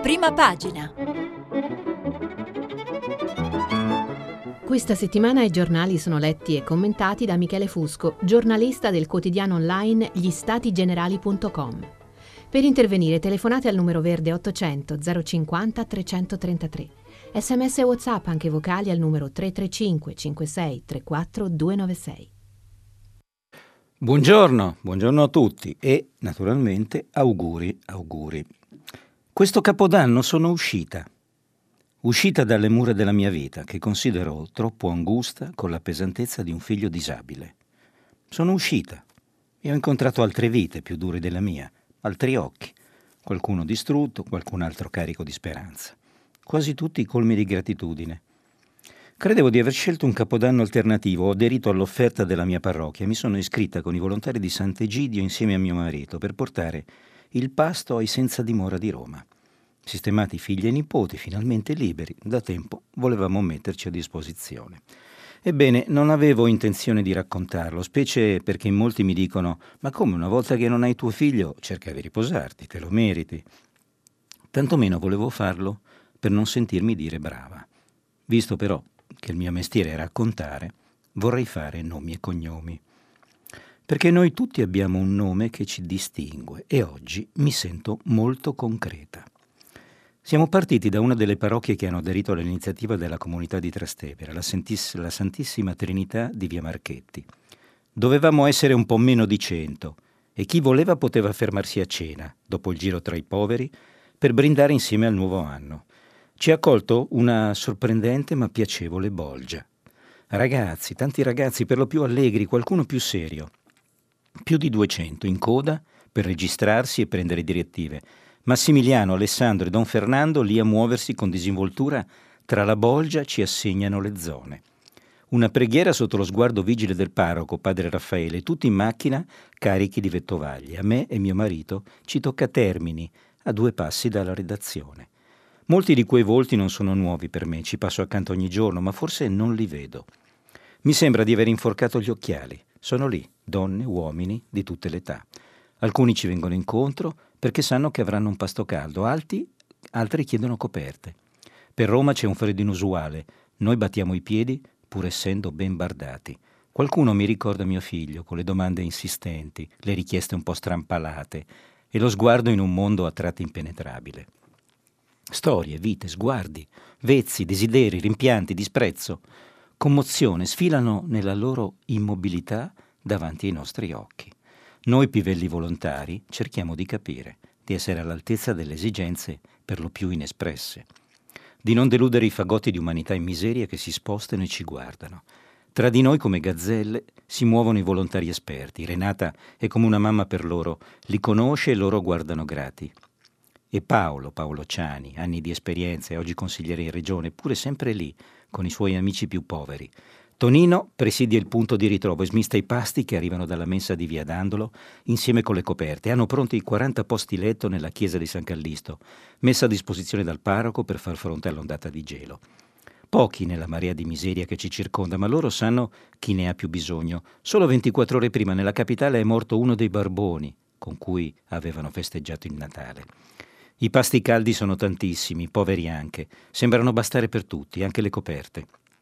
Prima pagina. Questa settimana i giornali sono letti e commentati da Michele Fusco, giornalista del quotidiano online gli-stati-generali.com. Per intervenire telefonate al numero verde 800 050 333. SMS e WhatsApp anche vocali al numero 335 56 34 296. Buongiorno a tutti e naturalmente auguri. Questo Capodanno sono uscita dalle mura della mia vita, che considero troppo angusta con la pesantezza di un figlio disabile. Sono uscita e ho incontrato altre vite più dure della mia, altri occhi, qualcuno distrutto, qualcun altro carico di speranza, quasi tutti colmi di gratitudine. Credevo di aver scelto un Capodanno alternativo, ho aderito all'offerta della mia parrocchia e mi sono iscritta con i volontari di Sant'Egidio insieme a mio marito per portare il pasto ai senza dimora di Roma. Sistemati figli e nipoti, finalmente liberi, da tempo volevamo metterci a disposizione. Ebbene, non avevo intenzione di raccontarlo, specie perché in molti mi dicono «Ma come, una volta che non hai tuo figlio, cerca di riposarti, te lo meriti». Tantomeno volevo farlo per non sentirmi dire brava. Visto però che il mio mestiere è raccontare, vorrei fare nomi e cognomi. Perché noi tutti abbiamo un nome che ci distingue e oggi mi sento molto concreta. Siamo partiti da una delle parrocchie che hanno aderito all'iniziativa della comunità di Trastevere, la Santissima Trinità di Via Marchetti. Dovevamo essere un po' meno di 100 e chi voleva poteva fermarsi a cena, dopo il giro tra i poveri, per brindare insieme al nuovo anno. Ci ha accolto una sorprendente ma piacevole bolgia. Ragazzi, tanti ragazzi, per lo più allegri, qualcuno più serio. Più di 200 in coda per registrarsi e prendere direttive. Massimiliano, Alessandro e Don Fernando lì a muoversi con disinvoltura tra la bolgia ci assegnano le zone. Una preghiera sotto lo sguardo vigile del parroco, padre Raffaele, tutti in macchina carichi di vettovaglie. A me e mio marito ci tocca Termini, a 2 passi dalla redazione. Molti di quei volti non sono nuovi per me, ci passo accanto ogni giorno, ma forse non li vedo. Mi sembra di aver inforcato gli occhiali. Sono lì, donne, uomini, di tutte le età. Alcuni ci vengono incontro perché sanno che avranno un pasto caldo, altri chiedono coperte. Per Roma c'è un freddo inusuale, noi battiamo i piedi pur essendo ben bardati. Qualcuno mi ricorda mio figlio con le domande insistenti, le richieste un po' strampalate e lo sguardo in un mondo a tratti impenetrabile. Storie, vite, sguardi, vezzi, desideri, rimpianti, disprezzo, commozione sfilano nella loro immobilità davanti ai nostri occhi. Noi pivelli volontari cerchiamo di capire, di essere all'altezza delle esigenze per lo più inespresse, di non deludere i fagotti di umanità in miseria che si spostano e ci guardano. Tra di noi come gazzelle si muovono i volontari esperti. Renata è come una mamma per loro, li conosce e loro guardano grati. E Paolo Ciani, anni di esperienza e oggi consigliere in regione, pure sempre lì, con i suoi amici più poveri. Tonino presidia il punto di ritrovo e smista i pasti che arrivano dalla mensa di Via Dandolo insieme con le coperte. Hanno pronti i 40 posti letto nella chiesa di San Callisto, messa a disposizione dal parroco per far fronte all'ondata di gelo. Pochi nella marea di miseria che ci circonda, ma loro sanno chi ne ha più bisogno. Solo 24 ore prima nella capitale è morto uno dei barboni con cui avevano festeggiato il Natale. I pasti caldi sono tantissimi, poveri anche. Sembrano bastare per tutti, anche le coperte.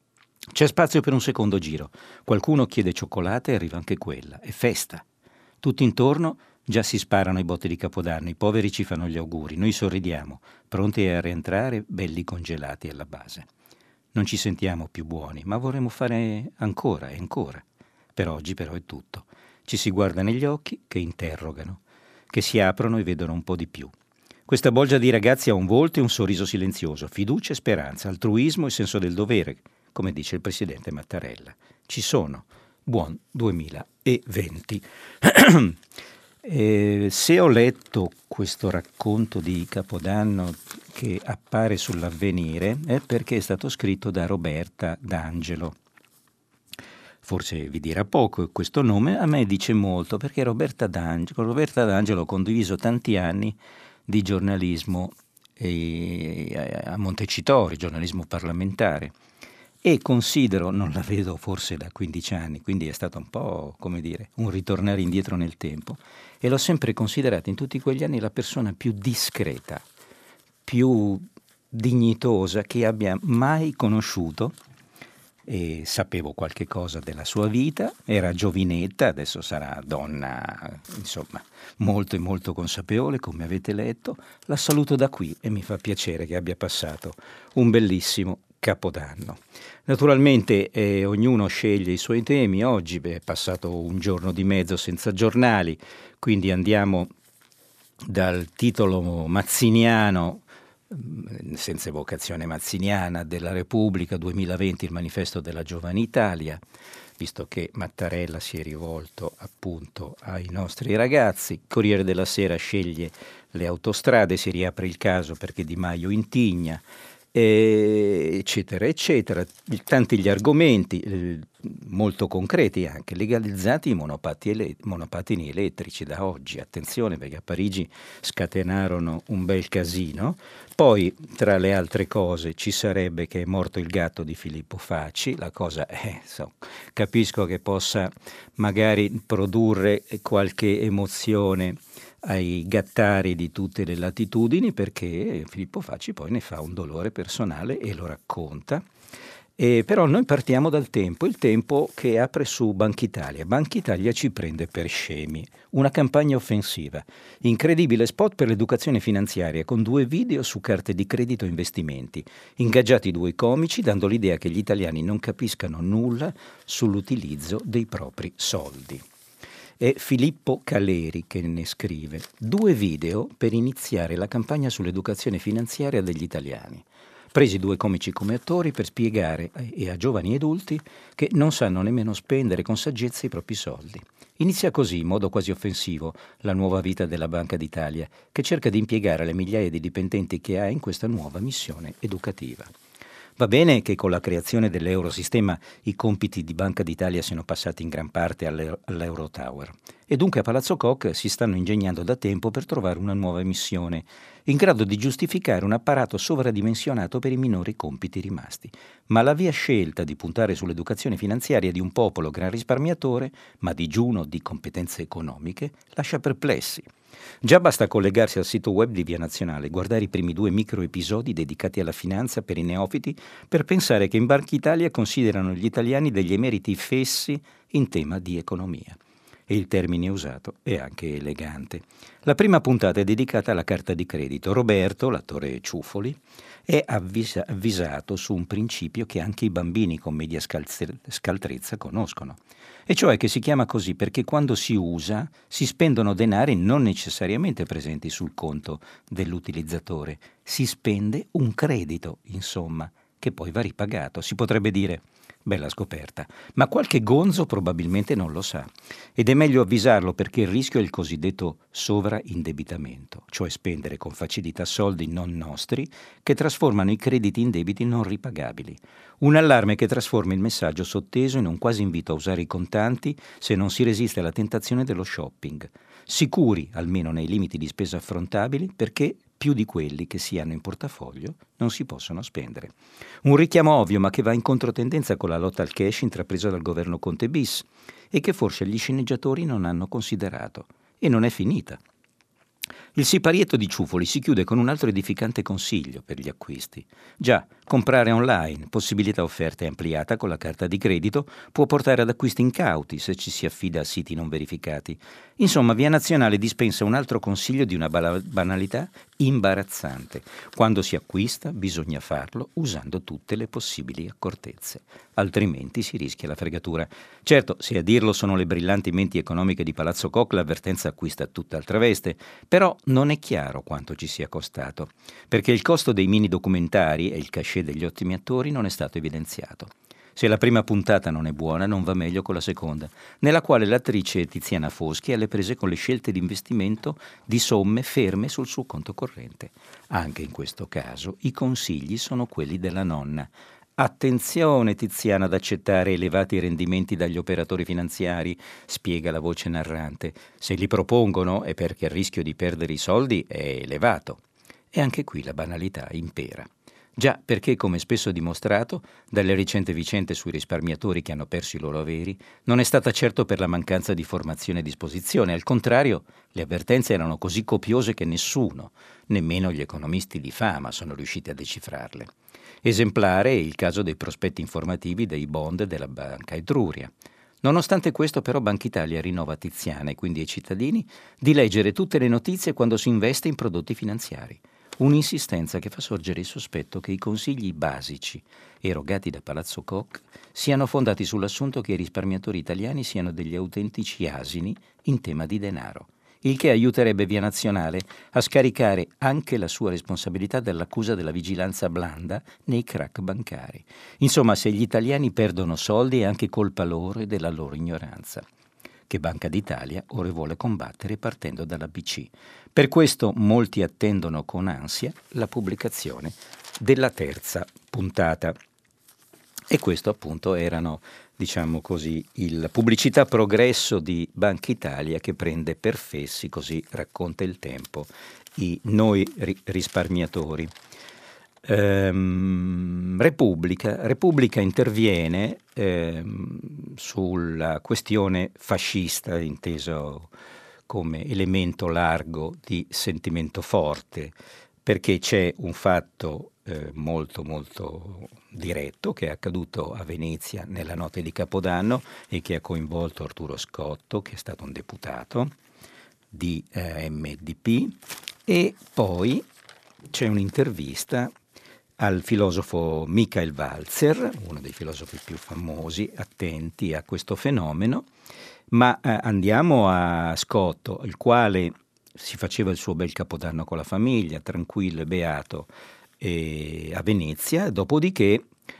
C'è spazio per un secondo giro. Qualcuno chiede cioccolata e arriva anche quella. È festa. Tutti intorno già si sparano i botti di Capodanno. I poveri ci fanno gli auguri. Noi sorridiamo, pronti a rientrare belli congelati alla base. Non ci sentiamo più buoni, ma vorremmo fare ancora e ancora. Per oggi però è tutto. Ci si guarda negli occhi che interrogano, che si aprono e vedono un po' di più. Questa bolgia di ragazzi ha un volto e un sorriso silenzioso, fiducia e speranza, altruismo e senso del dovere, come dice il presidente Mattarella. Ci sono. Buon 2020. Se ho letto questo racconto di Capodanno che appare sull'Avvenire è perché è stato scritto da Roberta D'Angelo. Forse vi dirà poco questo nome, a me dice molto perché con Roberta D'Angelo ho condiviso tanti anni di giornalismo a Montecitorio, giornalismo parlamentare, e considero, non la vedo forse da 15 anni, quindi è stato un po', come dire, un ritornare indietro nel tempo, e l'ho sempre considerata in tutti quegli anni la persona più discreta, più dignitosa che abbia mai conosciuto. E sapevo qualche cosa della sua vita, era giovinetta, adesso sarà donna, insomma, molto e molto consapevole, come avete letto. La saluto da qui e mi fa piacere che abbia passato un bellissimo Capodanno. Naturalmente ognuno sceglie i suoi temi. Oggi è passato un giorno di mezzo senza giornali, quindi andiamo dal titolo mazziniano, senza evocazione mazziniana, della Repubblica 2020, il manifesto della Giovane Italia, visto che Mattarella si è rivolto appunto ai nostri ragazzi. Corriere della Sera sceglie le autostrade, si riapre il caso perché Di Maio intigna, eccetera, eccetera. Tanti gli argomenti, molto concreti anche. Legalizzati i monopattini elettrici da oggi. Attenzione, perché a Parigi scatenarono un bel casino. Poi, tra le altre cose, ci sarebbe che è morto il gatto di Filippo Facci. La cosa è, capisco che possa magari produrre qualche emozione ai gattari di tutte le latitudini, perché Filippo Facci poi ne fa un dolore personale e lo racconta. Però noi partiamo dal tempo, il tempo che apre su Banca Italia. Banca Italia ci prende per scemi, una campagna offensiva, incredibile spot per l'educazione finanziaria con 2 video su carte di credito e investimenti, ingaggiati 2 comici dando l'idea che gli italiani non capiscano nulla sull'utilizzo dei propri soldi. È Filippo Caleri che ne scrive: 2 video per iniziare la campagna sull'educazione finanziaria degli italiani. Presi 2 comici come attori per spiegare a giovani e adulti che non sanno nemmeno spendere con saggezza i propri soldi. Inizia così, in modo quasi offensivo, la nuova vita della Banca d'Italia, che cerca di impiegare le migliaia di dipendenti che ha in questa nuova missione educativa. Va bene che con la creazione dell'Eurosistema i compiti di Banca d'Italia siano passati in gran parte all'Eurotower e dunque a Palazzo Koch si stanno ingegnando da tempo per trovare una nuova missione in grado di giustificare un apparato sovradimensionato per i minori compiti rimasti. Ma la via scelta di puntare sull'educazione finanziaria di un popolo gran risparmiatore, ma digiuno di competenze economiche, lascia perplessi. Già basta collegarsi al sito web di Via Nazionale, guardare i primi 2 microepisodi dedicati alla finanza per i neofiti per pensare che in Banca Italia considerano gli italiani degli emeriti fessi in tema di economia. E il termine usato è anche elegante. La prima puntata è dedicata alla carta di credito. Roberto, l'attore Ciuffoli, è avvisato su un principio che anche i bambini con media scaltrezza conoscono, e cioè che si chiama così perché quando si usa si spendono denari non necessariamente presenti sul conto dell'utilizzatore, si spende un credito, insomma, che poi va ripagato. Si potrebbe dire: bella scoperta, ma qualche gonzo probabilmente non lo sa, ed è meglio avvisarlo perché il rischio è il cosiddetto sovraindebitamento, cioè spendere con facilità soldi non nostri che trasformano i crediti in debiti non ripagabili. Un allarme che trasforma il messaggio sotteso in un quasi invito a usare i contanti se non si resiste alla tentazione dello shopping, sicuri almeno nei limiti di spesa affrontabili, perché più di quelli che si hanno in portafoglio non si possono spendere. Un richiamo ovvio, ma che va in controtendenza con la lotta al cash intrapresa dal governo Conte bis e che forse gli sceneggiatori non hanno considerato. E non è finita. Il siparietto di Ciuffoli si chiude con un altro edificante consiglio per gli acquisti. Già, comprare online, possibilità offerta e ampliata con la carta di credito, può portare ad acquisti incauti se ci si affida a siti non verificati. Insomma, Via Nazionale dispensa un altro consiglio di una banalità imbarazzante. Quando si acquista bisogna farlo usando tutte le possibili accortezze, altrimenti si rischia la fregatura. Certo, se a dirlo sono le brillanti menti economiche di Palazzo Koch, l'avvertenza acquista tutt'altra veste, però non è chiaro quanto ci sia costato, perché il costo dei mini documentari e il cachet degli ottimi attori non è stato evidenziato. Se la prima puntata non è buona, non va meglio con la seconda, nella quale l'attrice Tiziana Foschi è alle prese con le scelte di investimento di somme ferme sul suo conto corrente. Anche in questo caso i consigli sono quelli della nonna. Attenzione Tiziana ad accettare elevati rendimenti dagli operatori finanziari, spiega la voce narrante. Se li propongono è perché il rischio di perdere i soldi è elevato. E anche qui la banalità impera. Già perché, come spesso dimostrato, dalle recenti vicende sui risparmiatori che hanno perso i loro averi, non è stata certo per la mancanza di formazione e disposizione. Al contrario, le avvertenze erano così copiose che nessuno, nemmeno gli economisti di fama, sono riusciti a decifrarle. Esemplare è il caso dei prospetti informativi dei bond della Banca Etruria. Nonostante questo, però, Banca Italia rinnova a Tiziana e quindi ai cittadini di leggere tutte le notizie quando si investe in prodotti finanziari. Un'insistenza che fa sorgere il sospetto che i consigli basici erogati da Palazzo Koch siano fondati sull'assunto che i risparmiatori italiani siano degli autentici asini in tema di denaro, il che aiuterebbe Via Nazionale a scaricare anche la sua responsabilità dall'accusa della vigilanza blanda nei crack bancari. Insomma, se gli italiani perdono soldi è anche colpa loro e della loro ignoranza, che Banca d'Italia ora vuole combattere partendo dalla BC. Per questo molti attendono con ansia la pubblicazione della terza puntata. E questo appunto erano, diciamo così, il pubblicità progresso di Banca Italia che prende per fessi, così racconta il tempo, noi risparmiatori. Repubblica interviene sulla questione fascista, inteso come elemento largo di sentimento forte, perché c'è un fatto molto molto diretto che è accaduto a Venezia nella notte di Capodanno e che ha coinvolto Arturo Scotto, che è stato un deputato di MDP, e poi c'è un'intervista al filosofo Michael Walzer, uno dei filosofi più famosi, attenti a questo fenomeno, ma andiamo a Scotto, il quale si faceva il suo bel Capodanno con la famiglia, tranquillo e beato a Venezia, dopodiché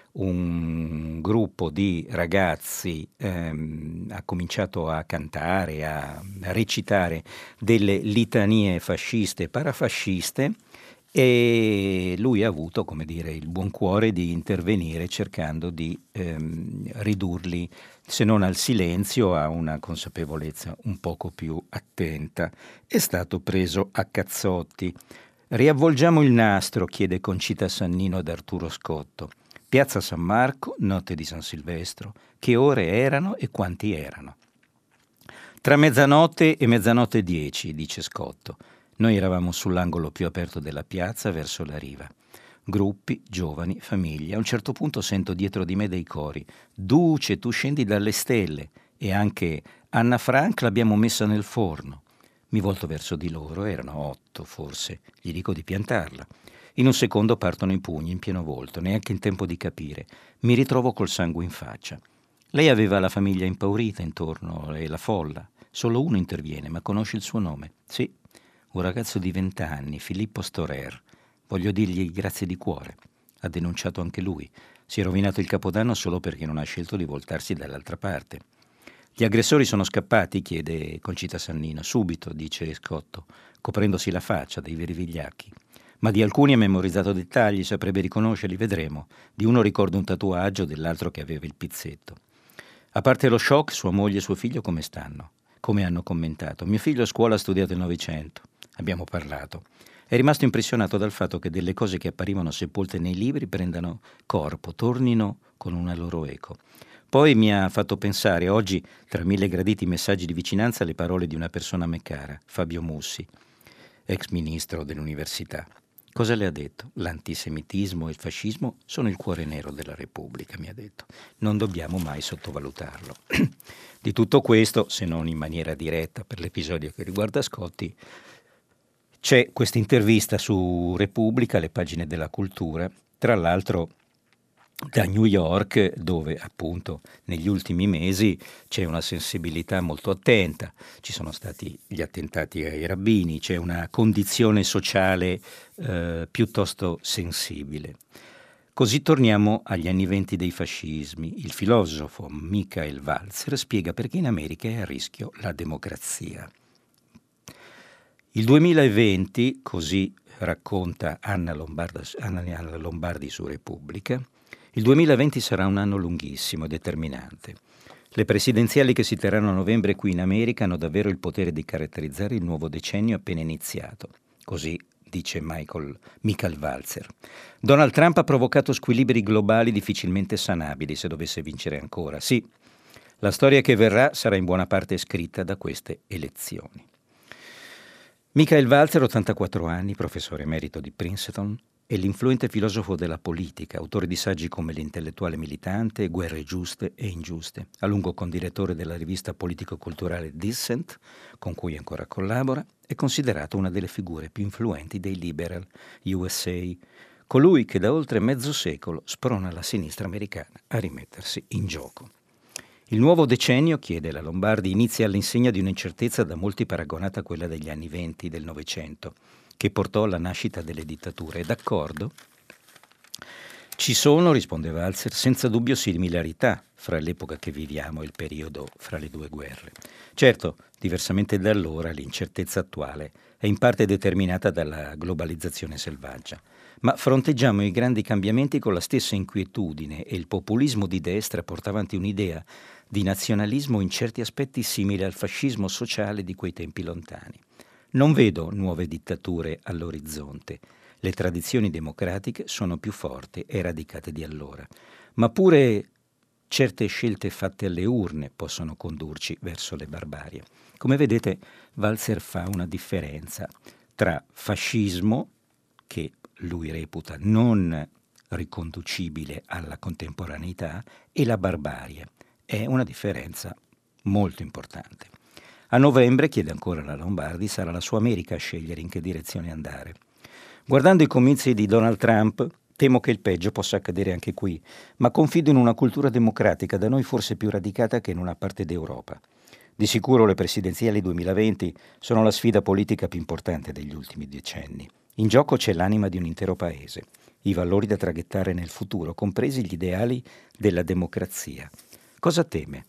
un gruppo di ragazzi ha cominciato a cantare, a recitare delle litanie fasciste e parafasciste, e lui ha avuto, come dire, il buon cuore di intervenire cercando di ridurli, se non al silenzio, a una consapevolezza un poco più attenta. È stato preso a cazzotti. Riavvolgiamo il nastro, chiede Concita Sannino ad Arturo Scotto. Piazza San Marco, notte di San Silvestro. Che ore erano e quanti erano? Tra mezzanotte e mezzanotte 10, dice Scotto. Noi eravamo sull'angolo più aperto della piazza verso la riva. Gruppi, giovani, famiglie. A un certo punto sento dietro di me dei cori. Duce, tu scendi dalle stelle. E anche Anna Frank l'abbiamo messa nel forno. Mi volto verso di loro, erano 8 forse. Gli dico di piantarla. In un secondo partono i pugni in pieno volto, neanche in tempo di capire. Mi ritrovo col sangue in faccia. Lei aveva la famiglia impaurita intorno e la folla. Solo uno interviene, ma conosce il suo nome. Sì. Un ragazzo di 20 anni, Filippo Storer. Voglio dirgli grazie di cuore. Ha denunciato anche lui. Si è rovinato il Capodanno solo perché non ha scelto di voltarsi dall'altra parte. Gli aggressori sono scappati, chiede Concita Sannino. Subito, dice Scotto, coprendosi la faccia dei veri vigliacchi. Ma di alcuni ha memorizzato dettagli, saprebbe riconoscerli, vedremo. Di uno ricordo un tatuaggio, dell'altro che aveva il pizzetto. A parte lo shock, sua moglie e suo figlio come stanno? Come hanno commentato? Mio figlio a scuola ha studiato il Novecento. Abbiamo parlato. È rimasto impressionato dal fatto che delle cose che apparivano sepolte nei libri prendano corpo, tornino con una loro eco. Poi mi ha fatto pensare oggi, tra 1000 graditi messaggi di vicinanza, le parole di una persona a me cara, Fabio Mussi, ex ministro dell'università. Cosa le ha detto? L'antisemitismo e il fascismo sono il cuore nero della Repubblica, mi ha detto. Non dobbiamo mai sottovalutarlo. Di tutto questo, se non in maniera diretta per l'episodio che riguarda Scotti, c'è questa intervista su Repubblica, le pagine della cultura, tra l'altro da New York, dove appunto negli ultimi mesi c'è una sensibilità molto attenta, ci sono stati gli attentati ai rabbini, c'è una condizione sociale piuttosto sensibile. Così torniamo agli anni '20 dei fascismi. Il filosofo Michael Walzer spiega perché in America è a rischio la democrazia. Il 2020, così racconta Anna Lombardi su Repubblica, il 2020 sarà un anno lunghissimo e determinante. Le presidenziali che si terranno a novembre qui in America hanno davvero il potere di caratterizzare il nuovo decennio appena iniziato. Così dice Michael Walzer. Donald Trump ha provocato squilibri globali difficilmente sanabili se dovesse vincere ancora. Sì, la storia che verrà sarà in buona parte scritta da queste elezioni. Michael Walzer, 84 anni, professore emerito di Princeton, è l'influente filosofo della politica, autore di saggi come L'intellettuale militante, Guerre giuste e ingiuste, a lungo condirettore della rivista politico-culturale Dissent, con cui ancora collabora, è considerato una delle figure più influenti dei liberal USA, colui che da oltre mezzo secolo sprona la sinistra americana a rimettersi in gioco. Il nuovo decennio, chiede la Lombardi, inizia all'insegna di un'incertezza da molti paragonata a quella degli anni '20 del Novecento, che portò alla nascita delle dittature. È d'accordo? Ci sono, risponde Walzer, senza dubbio similarità fra l'epoca che viviamo e il periodo fra le due guerre. Certo, diversamente da allora, l'incertezza attuale è in parte determinata dalla globalizzazione selvaggia, ma fronteggiamo i grandi cambiamenti con la stessa inquietudine e il populismo di destra porta avanti un'idea di nazionalismo in certi aspetti simile al fascismo sociale di quei tempi lontani. Non vedo nuove dittature all'orizzonte. Le tradizioni democratiche sono più forti e radicate di allora, ma pure certe scelte fatte alle urne possono condurci verso le barbarie. Come vedete, Walzer fa una differenza tra fascismo, che lui reputa non riconducibile alla contemporaneità, e la barbarie. È una differenza molto importante. A novembre, chiede ancora la Lombardi, sarà la sua America a scegliere in che direzione andare. Guardando i comizi di Donald Trump, temo che il peggio possa accadere anche qui, ma confido in una cultura democratica da noi forse più radicata che in una parte d'Europa. Di sicuro le presidenziali 2020 sono la sfida politica più importante degli ultimi decenni. In gioco c'è l'anima di un intero paese, i valori da traghettare nel futuro, compresi gli ideali della democrazia. Cosa teme?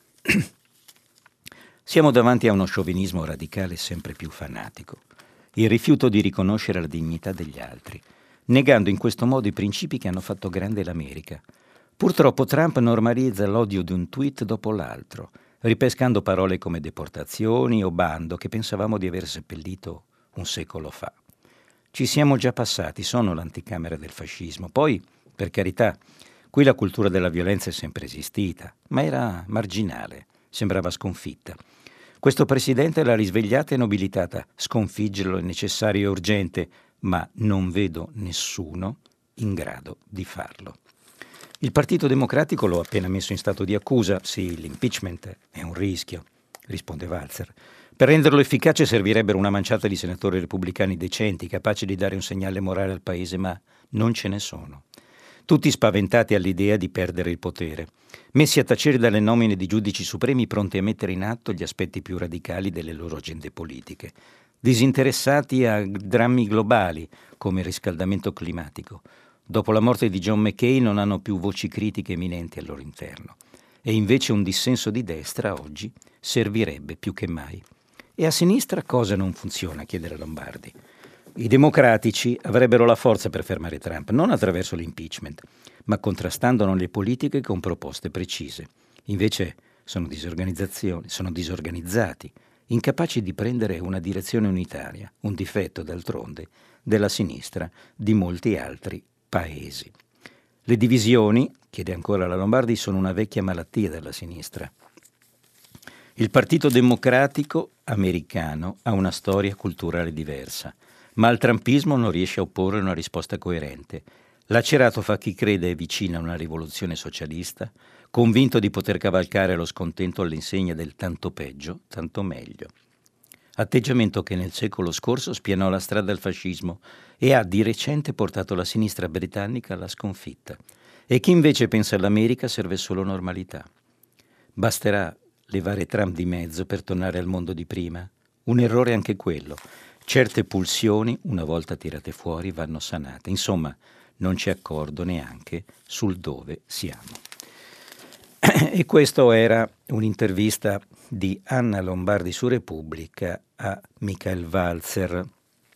Siamo davanti a uno sciovinismo radicale sempre più fanatico, il rifiuto di riconoscere la dignità degli altri, negando in questo modo i principi che hanno fatto grande l'America. Purtroppo Trump normalizza l'odio di un tweet dopo l'altro, ripescando parole come deportazioni o bando che pensavamo di aver seppellito un secolo fa. Ci siamo già passati, sono l'anticamera del fascismo. Poi, per carità, qui la cultura della violenza è sempre esistita, ma era marginale, sembrava sconfitta. Questo presidente l'ha risvegliata e nobilitata. Sconfiggerlo è necessario e urgente, ma non vedo nessuno in grado di farlo. Il Partito Democratico lo ha appena messo in stato di accusa. Sì, l'impeachment è un rischio, risponde Walzer. Per renderlo efficace servirebbero una manciata di senatori repubblicani decenti, capaci di dare un segnale morale al paese, ma non ce ne sono. Tutti spaventati all'idea di perdere il potere, messi a tacere dalle nomine di giudici supremi pronti a mettere in atto gli aspetti più radicali delle loro agende politiche, disinteressati a drammi globali come il riscaldamento climatico. Dopo la morte di John McCain non hanno più voci critiche eminenti al loro interno, e invece un dissenso di destra oggi servirebbe più che mai. E a sinistra cosa non funziona, chiede la Lombardi. I democratici avrebbero la forza per fermare Trump, non attraverso l'impeachment, ma contrastandone le politiche con proposte precise. Invece sono disorganizzati, incapaci di prendere una direzione unitaria, un difetto, d'altronde, della sinistra di molti altri paesi. Le divisioni, chiede ancora la Lombardi, sono una vecchia malattia della sinistra. Il Partito Democratico americano ha una storia culturale diversa, ma al trumpismo non riesce a opporre una risposta coerente. Lacerato fa chi crede è vicino a una rivoluzione socialista, convinto di poter cavalcare lo scontento all'insegna del tanto peggio, tanto meglio. Atteggiamento che nel secolo scorso spianò la strada al fascismo e ha di recente portato la sinistra britannica alla sconfitta. E chi invece pensa all'America serve solo normalità. Basterà levare Trump di mezzo per tornare al mondo di prima? Un errore anche quello. Certe pulsioni, una volta tirate fuori, vanno sanate. Insomma, non c'è accordo neanche sul dove siamo. E questo era un'intervista di Anna Lombardi su Repubblica a Michael Walzer.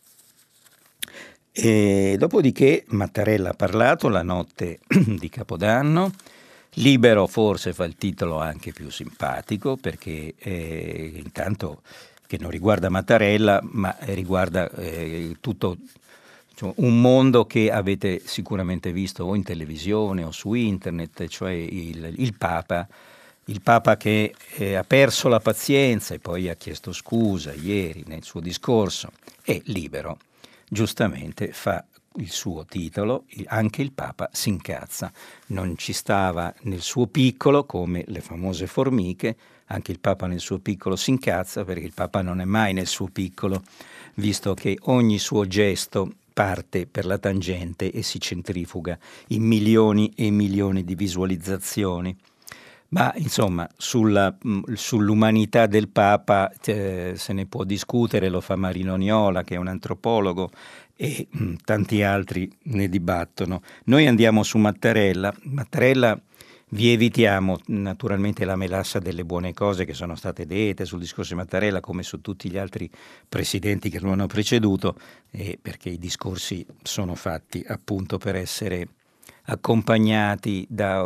E dopodiché Mattarella ha parlato la notte di Capodanno. Libero forse fa il titolo anche più simpatico, perché intanto che non riguarda Mattarella, ma riguarda tutto un mondo che avete sicuramente visto o in televisione o su internet, cioè il Papa che ha perso la pazienza e poi ha chiesto scusa ieri nel suo discorso, e Libero giustamente fa il suo titolo, anche il Papa si incazza, non ci stava nel suo piccolo come le famose formiche, anche il Papa nel suo piccolo si incazza perché il Papa non è mai nel suo piccolo, visto che ogni suo gesto parte per la tangente e si centrifuga in milioni e milioni di visualizzazioni. Ma insomma, sull'umanità del Papa se ne può discutere, lo fa Marino Niola, che è un antropologo, e tanti altri ne dibattono. Noi andiamo su Mattarella. Mattarella, vi evitiamo naturalmente la melassa delle buone cose che sono state dette sul discorso di Mattarella, come su tutti gli altri presidenti che lo hanno preceduto, perché i discorsi sono fatti appunto per essere accompagnati da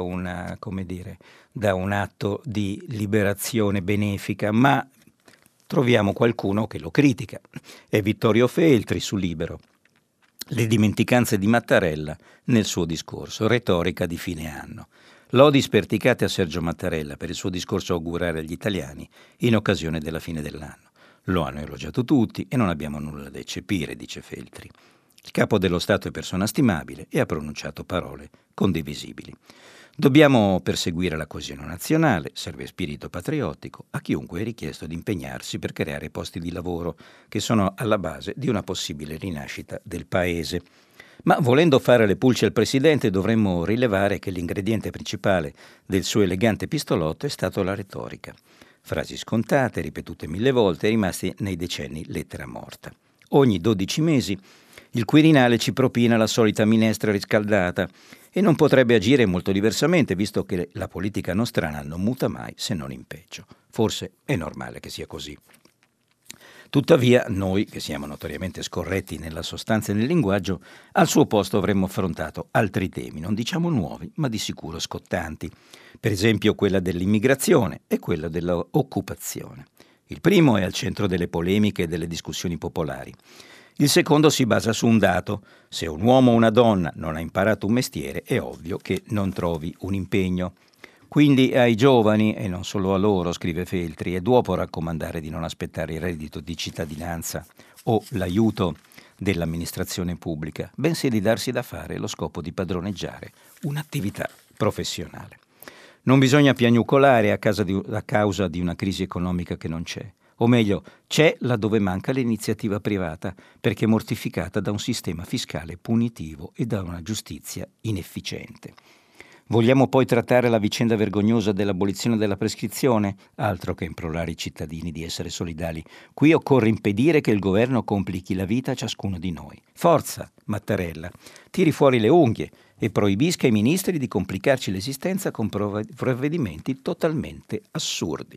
da un atto di liberazione benefica, ma troviamo qualcuno che lo critica. È Vittorio Feltri su Libero. Le dimenticanze di Mattarella nel suo discorso, retorica di fine anno. Lodi sperticate a Sergio Mattarella per il suo discorso augurale agli italiani in occasione della fine dell'anno. Lo hanno elogiato tutti e non abbiamo nulla da eccepire, dice Feltri. Il capo dello Stato è persona stimabile e ha pronunciato parole condivisibili. Dobbiamo perseguire la coesione nazionale, serve spirito patriottico a chiunque è richiesto di impegnarsi per creare posti di lavoro che sono alla base di una possibile rinascita del Paese. Ma volendo fare le pulci al Presidente dovremmo rilevare che l'ingrediente principale del suo elegante pistolotto è stato la retorica. Frasi scontate, ripetute 1000 volte, rimasti nei decenni lettera morta. Ogni 12 mesi il Quirinale ci propina la solita minestra riscaldata e non potrebbe agire molto diversamente, visto che la politica nostrana non muta mai se non in peggio. Forse è normale che sia così. Tuttavia, noi, che siamo notoriamente scorretti nella sostanza e nel linguaggio, al suo posto avremmo affrontato altri temi, non diciamo nuovi, ma di sicuro scottanti. Per esempio quella dell'immigrazione e quella dell'occupazione. Il primo è al centro delle polemiche e delle discussioni popolari. Il secondo si basa su un dato: se un uomo o una donna non ha imparato un mestiere, è ovvio che non trovi un impegno. Quindi ai giovani, e non solo a loro, scrive Feltri, è dopo raccomandare di non aspettare il reddito di cittadinanza o l'aiuto dell'amministrazione pubblica, bensì di darsi da fare allo scopo di padroneggiare un'attività professionale. Non bisogna piagnucolare a causa di una crisi economica che non c'è. O meglio, c'è laddove manca l'iniziativa privata, perché mortificata da un sistema fiscale punitivo e da una giustizia inefficiente. Vogliamo poi trattare la vicenda vergognosa dell'abolizione della prescrizione? Altro che implorare i cittadini di essere solidali. Qui occorre impedire che il governo complichi la vita a ciascuno di noi. Forza, Mattarella, tiri fuori le unghie e proibisca ai ministri di complicarci l'esistenza con provvedimenti totalmente assurdi.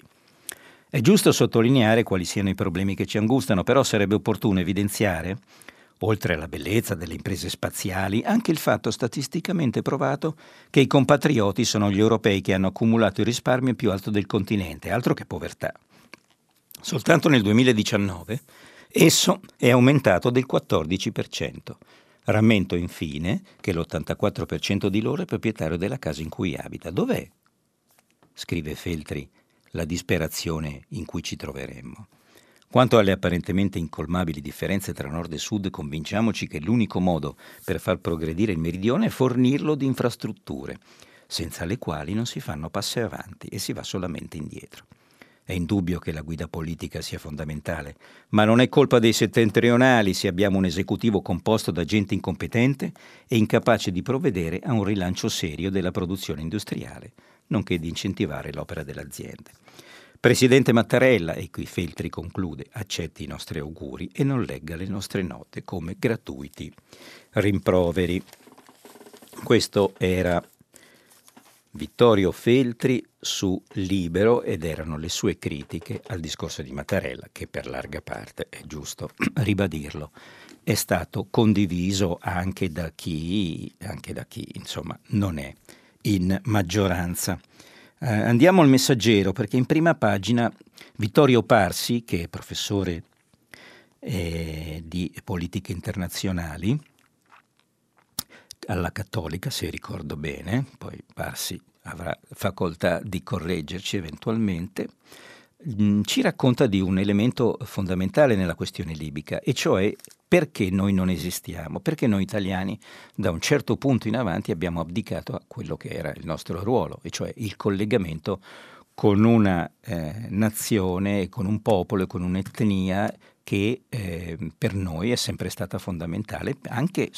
È giusto sottolineare quali siano i problemi che ci angustano, però sarebbe opportuno evidenziare, oltre alla bellezza delle imprese spaziali, anche il fatto statisticamente provato che i compatrioti sono gli europei che hanno accumulato il risparmio più alto del continente, altro che povertà. Soltanto nel 2019 esso è aumentato del 14%. Rammento infine che l'84% di loro è proprietario della casa in cui abita. Dov'è, scrive Feltri, la disperazione in cui ci troveremmo? Quanto alle apparentemente incolmabili differenze tra nord e sud, convinciamoci che l'unico modo per far progredire il meridione è fornirlo di infrastrutture, senza le quali non si fanno passi avanti e si va solamente indietro. È indubbio che la guida politica sia fondamentale, ma non è colpa dei settentrionali se abbiamo un esecutivo composto da gente incompetente e incapace di provvedere a un rilancio serio della produzione industriale, nonché di incentivare l'opera delle aziende. Presidente Mattarella, e qui Feltri conclude, accetti i nostri auguri e non legga le nostre note come gratuiti rimproveri. Questo era Vittorio Feltri su Libero ed erano le sue critiche al discorso di Mattarella, che per larga parte, è giusto ribadirlo, è stato condiviso anche da chi insomma non è in maggioranza. Andiamo al Messaggero, perché in prima pagina Vittorio Parsi, che è professore di politiche internazionali alla Cattolica, se ricordo bene, poi Parsi avrà facoltà di correggerci eventualmente, ci racconta di un elemento fondamentale nella questione libica, e cioè perché noi non esistiamo, perché noi italiani da un certo punto in avanti abbiamo abdicato a quello che era il nostro ruolo, e cioè il collegamento con una nazione, con un popolo e con un'etnia che per noi è sempre stata fondamentale, anche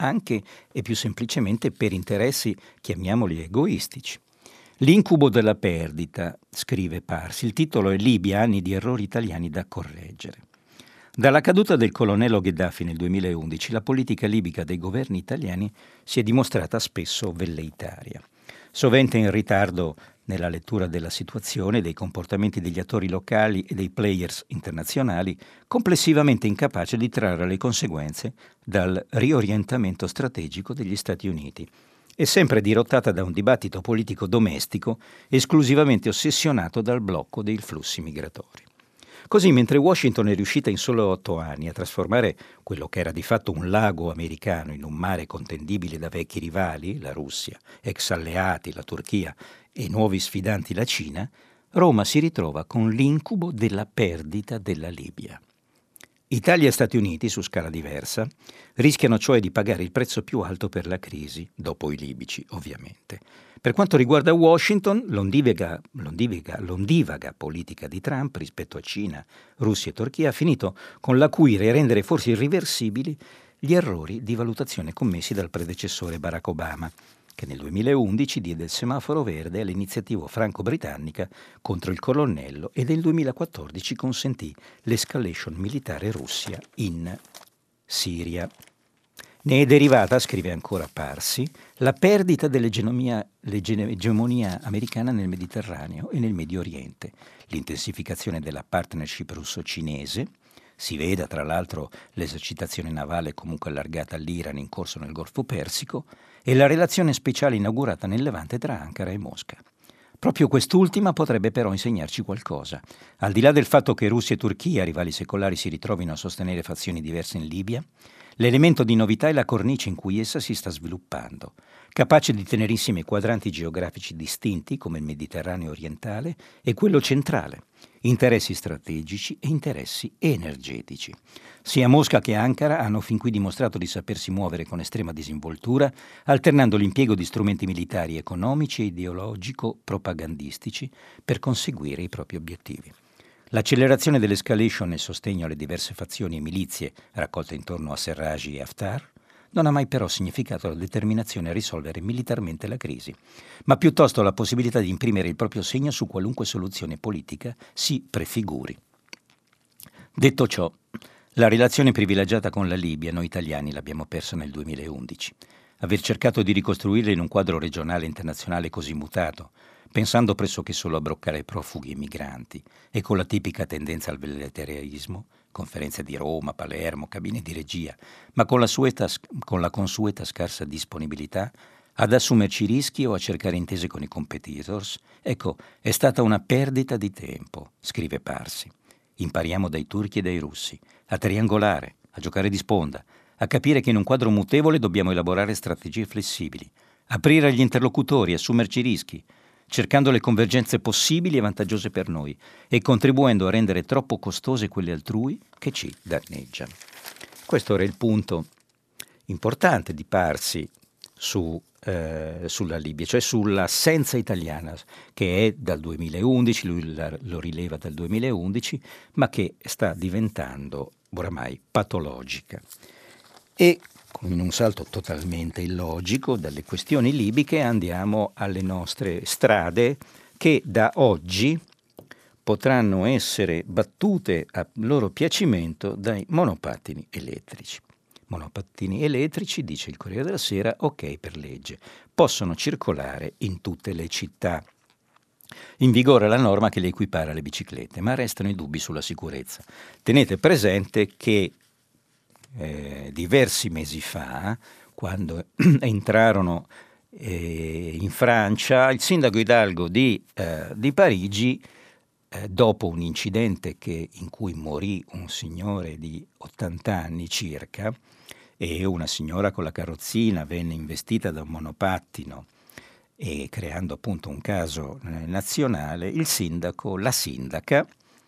e più semplicemente per interessi, chiamiamoli egoistici. L'incubo della perdita, scrive Parsi, il titolo è Libia, anni di errori italiani da correggere. Dalla caduta del colonnello Gheddafi nel 2011, la politica libica dei governi italiani si è dimostrata spesso velleitaria, sovente in ritardo nella lettura della situazione, dei comportamenti degli attori locali e dei players internazionali, complessivamente incapace di trarre le conseguenze dal riorientamento strategico degli Stati Uniti, e sempre dirottata da un dibattito politico domestico esclusivamente ossessionato dal blocco dei flussi migratori. Così, mentre Washington è riuscita in solo 8 anni a trasformare quello che era di fatto un lago americano in un mare contendibile da vecchi rivali, la Russia, ex alleati, la Turchia e nuovi sfidanti, la Cina, Roma si ritrova con l'incubo della perdita della Libia. Italia e Stati Uniti, su scala diversa, rischiano cioè di pagare il prezzo più alto per la crisi, dopo i libici ovviamente. Per quanto riguarda Washington, l'ondivaga politica di Trump rispetto a Cina, Russia e Turchia ha finito con l'acuire e rendere forse irriversibili gli errori di valutazione commessi dal predecessore Barack Obama, che nel 2011 diede il semaforo verde all'iniziativa franco-britannica contro il colonnello e nel 2014 consentì l'escalation militare Russia in Siria. Ne è derivata, scrive ancora Parsi, la perdita dell'egemonia americana nel Mediterraneo e nel Medio Oriente, l'intensificazione della partnership russo-cinese. Si veda tra l'altro l'esercitazione navale comunque allargata all'Iran in corso nel Golfo Persico e la relazione speciale inaugurata nel Levante tra Ankara e Mosca. Proprio quest'ultima potrebbe però insegnarci qualcosa. Al di là del fatto che Russia e Turchia, rivali secolari, si ritrovino a sostenere fazioni diverse in Libia, l'elemento di novità è la cornice in cui essa si sta sviluppando, capace di tenerissimi quadranti geografici distinti come il Mediterraneo orientale e quello centrale, interessi strategici e interessi energetici. Sia Mosca che Ankara hanno fin qui dimostrato di sapersi muovere con estrema disinvoltura, alternando l'impiego di strumenti militari, economici e ideologico-propagandistici per conseguire i propri obiettivi. L'accelerazione dell'escalation nel sostegno alle diverse fazioni e milizie raccolte intorno a Serraj e Haftar non ha mai però significato la determinazione a risolvere militarmente la crisi, ma piuttosto la possibilità di imprimere il proprio segno su qualunque soluzione politica si prefiguri. Detto ciò, la relazione privilegiata con la Libia noi italiani l'abbiamo persa nel 2011. Aver cercato di ricostruirla in un quadro regionale e internazionale così mutato, pensando pressoché solo a bloccare profughi e migranti e con la tipica tendenza al velleitarismo, conferenze di Roma, Palermo, cabine di regia, ma con la consueta scarsa disponibilità ad assumerci rischi o a cercare intese con i competitors, ecco, è stata una perdita di tempo, scrive Parsi. Impariamo dai turchi e dai russi a triangolare, a giocare di sponda, a capire che in un quadro mutevole dobbiamo elaborare strategie flessibili, aprire agli interlocutori, assumerci rischi, cercando le convergenze possibili e vantaggiose per noi e contribuendo a rendere troppo costose quelle altrui che ci danneggiano. Questo era il punto importante di Parsi sulla Libia, cioè sull'assenza italiana, che è dal 2011, lui lo rileva dal 2011, ma che sta diventando oramai patologica. E in un salto totalmente illogico dalle questioni libiche andiamo alle nostre strade, che da oggi potranno essere battute a loro piacimento dai monopattini elettrici. Monopattini elettrici, dice il Corriere della Sera, ok per legge, possono circolare in tutte le città. In vigore la norma che le equipara alle biciclette, ma restano i dubbi sulla sicurezza. Tenete presente che diversi mesi fa, quando entrarono in Francia, il sindaco Hidalgo di Parigi, dopo un incidente in cui morì un signore di 80 anni circa, e una signora con la carrozzina venne investita da un monopattino e creando appunto un caso nazionale, il sindaco, la sindaca,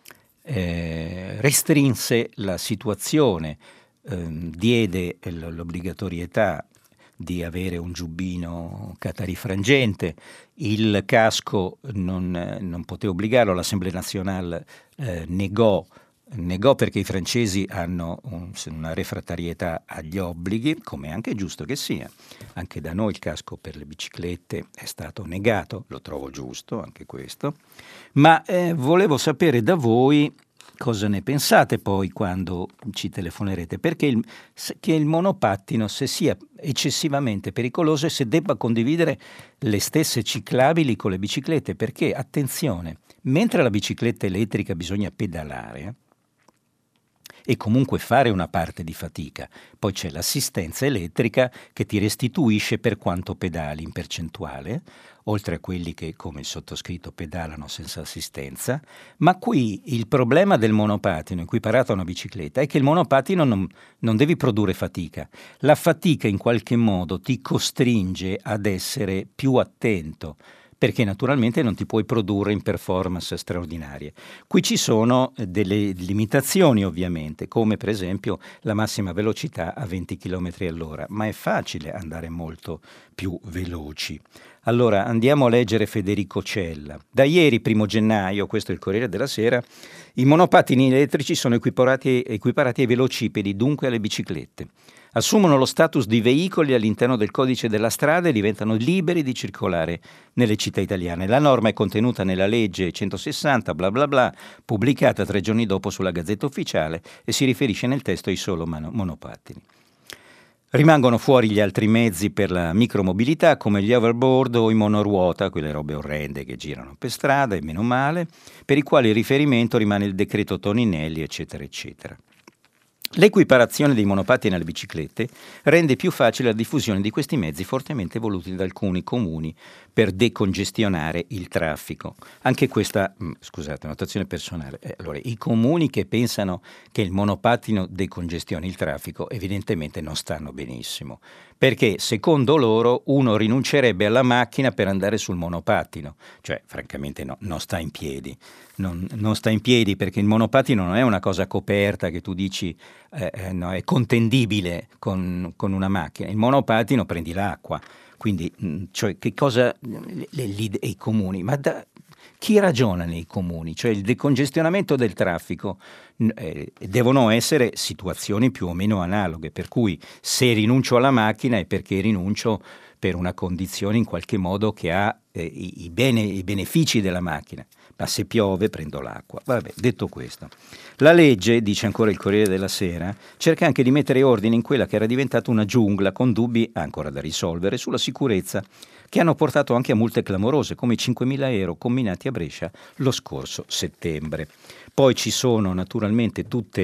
restrinse la situazione, diede l'obbligatorietà di avere un giubbino catarifrangente, il casco non poteva obbligarlo, l'Assemblée nationale negò perché i francesi hanno una refrattarietà agli obblighi, come è anche giusto che sia. Anche da noi il casco per le biciclette è stato negato, lo trovo giusto anche questo, ma volevo sapere da voi cosa ne pensate poi quando ci telefonerete, perché che il monopattino se sia eccessivamente pericoloso e se debba condividere le stesse ciclabili con le biciclette, perché attenzione, mentre la bicicletta elettrica bisogna pedalare e comunque fare una parte di fatica, poi c'è l'assistenza elettrica che ti restituisce per quanto pedali in percentuale, oltre a quelli che come il sottoscritto pedalano senza assistenza, ma qui il problema del monopattino equiparato a una bicicletta è che il monopattino non devi produrre fatica, la fatica in qualche modo ti costringe ad essere più attento, perché naturalmente non ti puoi produrre in performance straordinarie. Qui ci sono delle limitazioni ovviamente, come per esempio la massima velocità a 20 km all'ora, ma è facile andare molto più veloci. Allora andiamo a leggere Federico Cella. Da ieri, 1 gennaio, questo è il Corriere della Sera, i monopattini elettrici sono equiparati ai velocipedi, dunque alle biciclette. Assumono lo status di veicoli all'interno del codice della strada e diventano liberi di circolare nelle città italiane. La norma è contenuta nella legge 160, bla bla bla, pubblicata 3 giorni dopo sulla Gazzetta Ufficiale e si riferisce nel testo ai solo monopattini. Rimangono fuori gli altri mezzi per la micromobilità come gli hoverboard o i monoruota, quelle robe orrende che girano per strada e meno male, per i quali il riferimento rimane il decreto Toninelli, eccetera, eccetera. L'equiparazione dei monopattini alle biciclette rende più facile la diffusione di questi mezzi fortemente voluti da alcuni comuni per decongestionare il traffico. Anche questa, scusate, notazione personale. Allora, i comuni che pensano che il monopattino decongestioni il traffico evidentemente non stanno benissimo, perché secondo loro uno rinuncerebbe alla macchina per andare sul monopattino, cioè francamente no, non sta in piedi. Non sta in piedi perché il monopattino non è una cosa coperta che tu dici no, è contendibile con una macchina. Il monopattino prendi l'acqua, quindi cioè che cosa i comuni, ma chi ragiona nei comuni? Cioè il decongestionamento del traffico devono essere situazioni più o meno analoghe, per cui se rinuncio alla macchina è perché rinuncio per una condizione in qualche modo che ha i benefici della macchina. Ma se piove prendo l'acqua. Vabbè, detto questo, la legge, dice ancora il Corriere della Sera, cerca anche di mettere ordine in quella che era diventata una giungla con dubbi ancora da risolvere sulla sicurezza, che hanno portato anche a multe clamorose come i 5.000 euro comminati a Brescia lo scorso settembre. Poi ci sono naturalmente tutte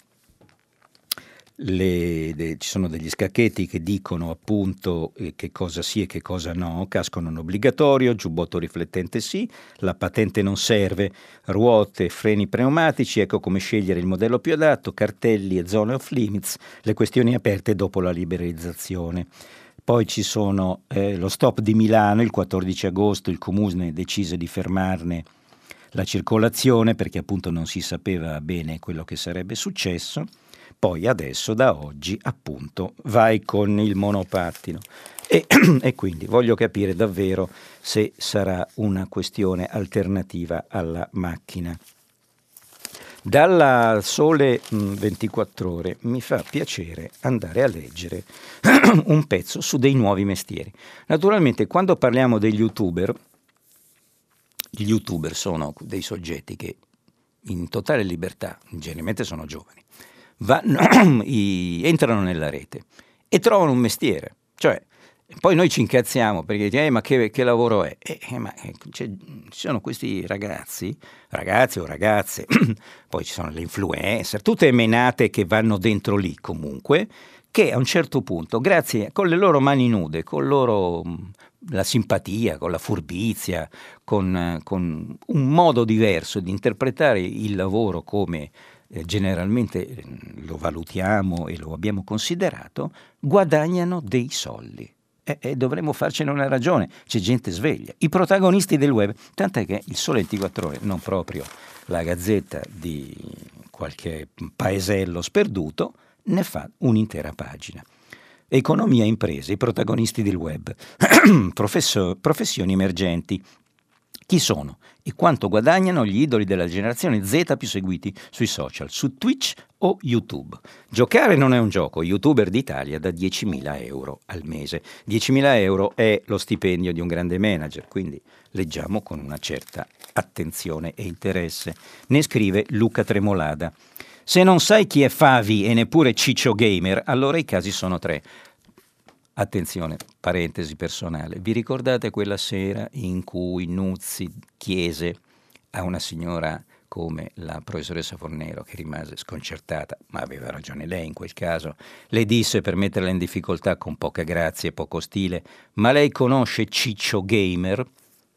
ci sono degli scacchetti che dicono appunto che cosa sì e che cosa no, casco non obbligatorio, giubbotto riflettente sì, la patente non serve, ruote, freni pneumatici, ecco come scegliere il modello più adatto, cartelli e zone off limits, le questioni aperte dopo la liberalizzazione. Poi ci sono lo stop di Milano, il 14 agosto il Comune decise di fermarne la circolazione perché appunto non si sapeva bene quello che sarebbe successo. Poi adesso da oggi appunto vai con il monopattino e quindi voglio capire davvero se sarà una questione alternativa alla macchina. Dalla Sole 24 Ore mi fa piacere andare a leggere un pezzo su dei nuovi mestieri. Naturalmente quando parliamo degli YouTuber, gli YouTuber sono dei soggetti che in totale libertà, generalmente sono giovani, entrano nella rete e trovano un mestiere, cioè poi noi ci incazziamo perché diciamo ma che lavoro è? Ci sono questi ragazzi o ragazze, poi ci sono le influencer, tutte menate che vanno dentro lì comunque, che a un certo punto, grazie con le loro mani nude, con la simpatia, con la furbizia, con un modo diverso di interpretare il lavoro come generalmente lo valutiamo e lo abbiamo considerato, guadagnano dei soldi. E dovremmo farcene una ragione, c'è gente sveglia. I protagonisti del web, tant'è che il Sole 24 Ore, non proprio la gazzetta di qualche paesello sperduto, ne fa un'intera pagina. Economia e imprese, i protagonisti del web, professioni emergenti. Chi sono e quanto guadagnano gli idoli della generazione Z più seguiti sui social, su Twitch o YouTube? Giocare non è un gioco, youtuber d'Italia da 10.000 euro al mese. 10.000 euro è lo stipendio di un grande manager, quindi leggiamo con una certa attenzione e interesse. Ne scrive Luca Tremolada. Se non sai chi è Favi e neppure Ciccio Gamer, allora i casi sono tre. Attenzione, parentesi personale, vi ricordate quella sera in cui Nuzzi chiese a una signora come la professoressa Fornero, che rimase sconcertata, ma aveva ragione lei in quel caso, le disse, per metterla in difficoltà con poca grazia e poco stile, ma lei conosce Ciccio Gamer?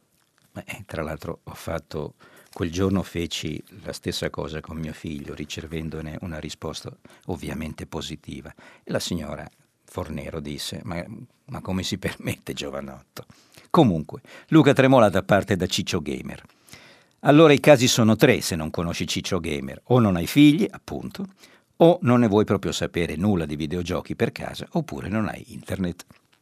Tra l'altro quel giorno feci la stessa cosa con mio figlio, ricevendone una risposta ovviamente positiva, e la signora Fornero disse, ma come si permette, giovanotto? Comunque, Luca Tremolata parte da Ciccio Gamer. Allora i casi sono tre se non conosci Ciccio Gamer. O non hai figli, appunto, o non ne vuoi proprio sapere nulla di videogiochi per casa, oppure non hai internet.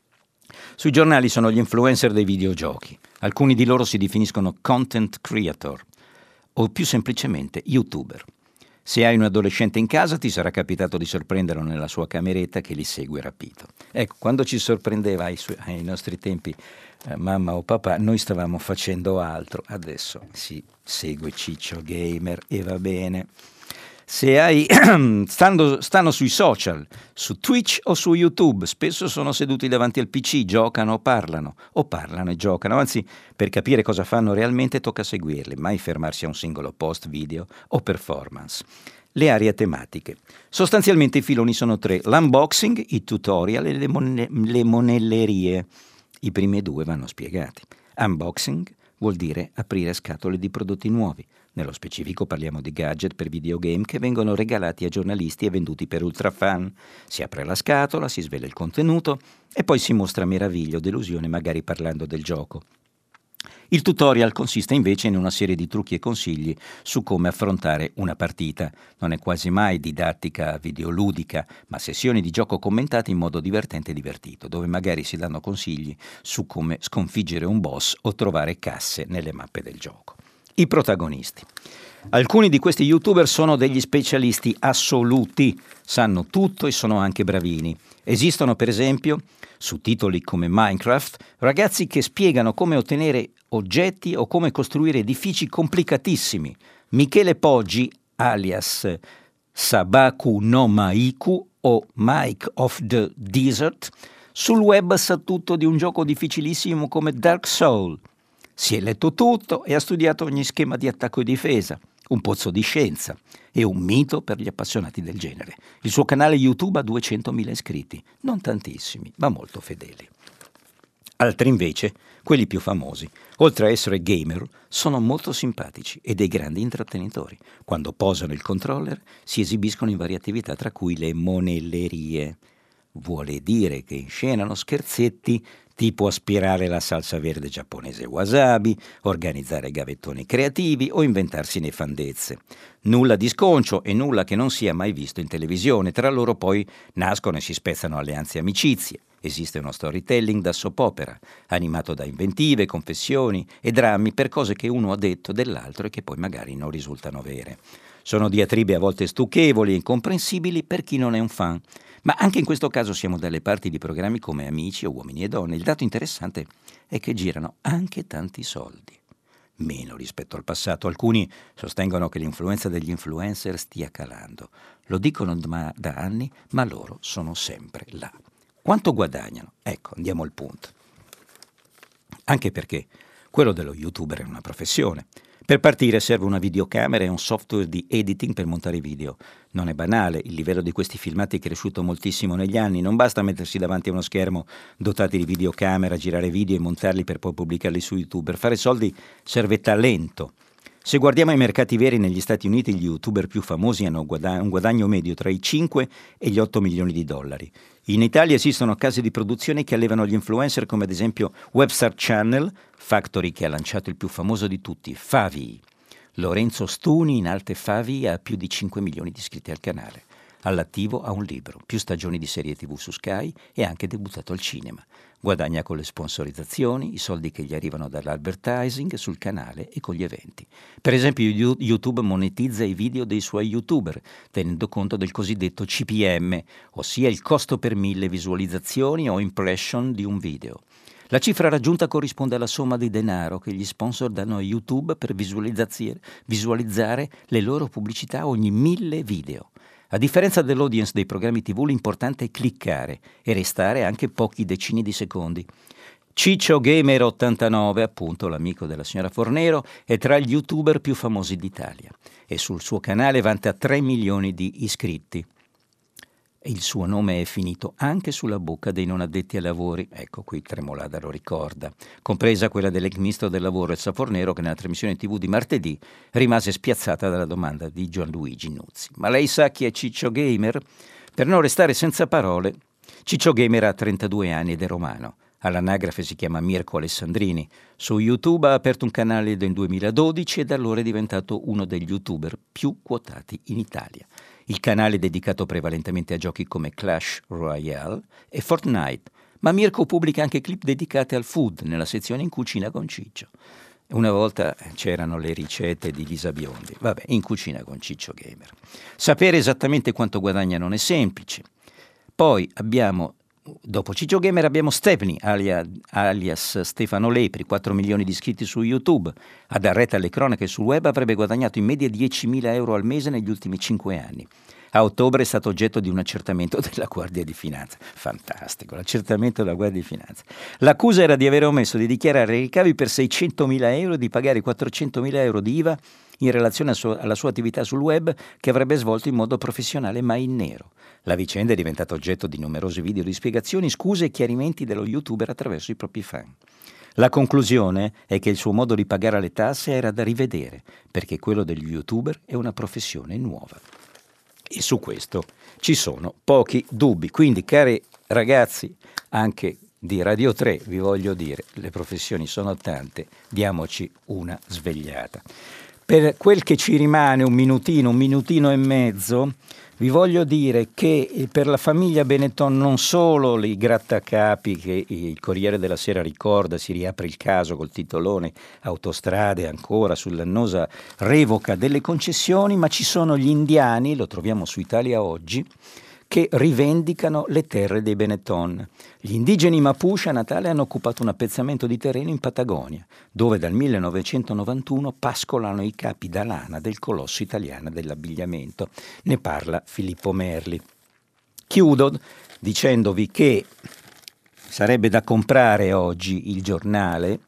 Sui giornali sono gli influencer dei videogiochi. Alcuni di loro si definiscono content creator o più semplicemente youtuber. Se hai un adolescente in casa ti sarà capitato di sorprenderlo nella sua cameretta che li segue rapito. Ecco, quando ci sorprendeva ai nostri tempi mamma o papà, noi stavamo facendo altro. Adesso si segue Ciccio Gamer e va bene. Se stanno sui social, su Twitch o su YouTube, spesso sono seduti davanti al PC, giocano o parlano e giocano. Anzi, per capire cosa fanno realmente tocca seguirli, mai fermarsi a un singolo post, video o performance. Le aree tematiche. Sostanzialmente i filoni sono tre: l'unboxing, i tutorial e le monellerie. I primi due vanno spiegati. Unboxing vuol dire aprire scatole di prodotti nuovi. Nello specifico parliamo di gadget per videogame che vengono regalati a giornalisti e venduti per ultrafan. Si apre la scatola, si svela il contenuto e poi si mostra meraviglia o delusione, magari parlando del gioco. Il tutorial consiste invece in una serie di trucchi e consigli su come affrontare una partita. Non è quasi mai didattica videoludica, ma sessioni di gioco commentate in modo divertente e divertito, dove magari si danno consigli su come sconfiggere un boss o trovare casse nelle mappe del gioco. I protagonisti. Alcuni di questi youtuber sono degli specialisti assoluti, sanno tutto e sono anche bravini. Esistono per esempio, su titoli come Minecraft, ragazzi che spiegano come ottenere oggetti o come costruire edifici complicatissimi. Michele Poggi, alias Sabaku no Maiku o Mike of the Desert, sul web sa tutto di un gioco difficilissimo come Dark Souls. Si è letto tutto e ha studiato ogni schema di attacco e difesa. Un pozzo di scienza e un mito per gli appassionati del genere. Il suo canale YouTube ha 200.000 iscritti, non tantissimi, ma molto fedeli. Altri invece, quelli più famosi, oltre a essere gamer, sono molto simpatici e dei grandi intrattenitori. Quando posano il controller si esibiscono in varie attività, tra cui le monellerie. Vuole dire che inscenano scherzetti tipo aspirare la salsa verde giapponese wasabi, organizzare gavettoni creativi o inventarsi nefandezze. Nulla di sconcio e nulla che non sia mai visto in televisione. Tra loro poi nascono e si spezzano alleanze e amicizie. Esiste uno storytelling da soap opera, animato da inventive, confessioni e drammi per cose che uno ha detto dell'altro e che poi magari non risultano vere. Sono diatribe a volte stucchevoli e incomprensibili per chi non è un fan. Ma anche in questo caso siamo dalle parti di programmi come Amici o Uomini e Donne. Il dato interessante è che girano anche tanti soldi. Meno rispetto al passato. Alcuni sostengono che l'influenza degli influencer stia calando. Lo dicono da anni, ma loro sono sempre là. Quanto guadagnano? Ecco, andiamo al punto. Anche perché quello dello youtuber è una professione. Per partire serve una videocamera e un software di editing per montare video. Non è banale, il livello di questi filmati è cresciuto moltissimo negli anni, non basta mettersi davanti a uno schermo dotati di videocamera, girare video e montarli per poi pubblicarli su YouTube. Per fare soldi serve talento. Se guardiamo i mercati veri, negli Stati Uniti gli youtuber più famosi hanno un guadagno medio tra i 5 e gli 8 milioni di dollari. In Italia esistono case di produzione che allevano gli influencer, come ad esempio Webstar Channel, Factory che ha lanciato il più famoso di tutti, Favi. Lorenzo Stuni in Alte Favi ha più di 5 milioni di iscritti al canale. All'attivo ha un libro, più stagioni di serie TV su Sky e ha anche debuttato al cinema. Guadagna con le sponsorizzazioni, i soldi che gli arrivano dall'advertising sul canale e con gli eventi. Per esempio YouTube monetizza i video dei suoi YouTuber, tenendo conto del cosiddetto CPM, ossia il costo per 1000 visualizzazioni o impression di un video. La cifra raggiunta corrisponde alla somma di denaro che gli sponsor danno a YouTube per visualizzare le loro pubblicità ogni 1000 video. A differenza dell'audience dei programmi TV, l'importante è cliccare e restare anche pochi decini di secondi. Ciccio Gamer 89, appunto l'amico della signora Fornero, è tra gli youtuber più famosi d'Italia e sul suo canale vanta 3 milioni di iscritti. Il suo nome è finito anche sulla bocca dei non addetti ai lavori, ecco qui Tremolada lo ricorda, compresa quella dell'ex ministro del lavoro Elsa Fornero, che nella trasmissione TV di martedì rimase spiazzata dalla domanda di Gianluigi Nuzzi. Ma lei sa chi è Ciccio Gamer? Per non restare senza parole, Ciccio Gamer ha 32 anni ed è romano. All'anagrafe si chiama Mirko Alessandrini. Su YouTube ha aperto un canale nel 2012 e da allora è diventato uno degli youtuber più quotati in Italia. Il canale è dedicato prevalentemente a giochi come Clash Royale e Fortnite, ma Mirko pubblica anche clip dedicate al food nella sezione In Cucina con Ciccio. Una volta c'erano le ricette di Lisa Biondi, vabbè, In Cucina con Ciccio Gamer. Sapere esattamente quanto guadagna non è semplice. Poi dopo Ciccio Gamer abbiamo Stefani, alias Stefano Lepri, 4 milioni di iscritti su YouTube. A dar retta alle cronache sul web avrebbe guadagnato in media 10.000 euro al mese negli ultimi 5 anni. A ottobre è stato oggetto di un accertamento della Guardia di Finanza. Fantastico, l'accertamento della Guardia di Finanza. L'accusa era di aver omesso di dichiarare ricavi per 600.000 euro e di pagare 400.000 euro di IVA in relazione alla sua attività sul web che avrebbe svolto in modo professionale ma in nero. La vicenda è diventata oggetto di numerosi video di spiegazioni, scuse e chiarimenti dello youtuber attraverso i propri fan. La conclusione è che il suo modo di pagare le tasse era da rivedere, perché quello degli youtuber è una professione nuova. E su questo ci sono pochi dubbi. Quindi, cari ragazzi, anche di Radio 3, vi voglio dire, le professioni sono tante, diamoci una svegliata. Per quel che ci rimane, un minutino e mezzo, vi voglio dire che per la famiglia Benetton non solo i grattacapi che il Corriere della Sera ricorda, si riapre il caso col titolone Autostrade ancora sull'annosa revoca delle concessioni, ma ci sono gli indiani, lo troviamo su Italia Oggi, che rivendicano le terre dei Benetton. Gli indigeni Mapuche a Natale hanno occupato un appezzamento di terreno in Patagonia, dove dal 1991 pascolano i capi da lana del colosso italiano dell'abbigliamento. Ne parla Filippo Merli. Chiudo dicendovi che sarebbe da comprare oggi il giornale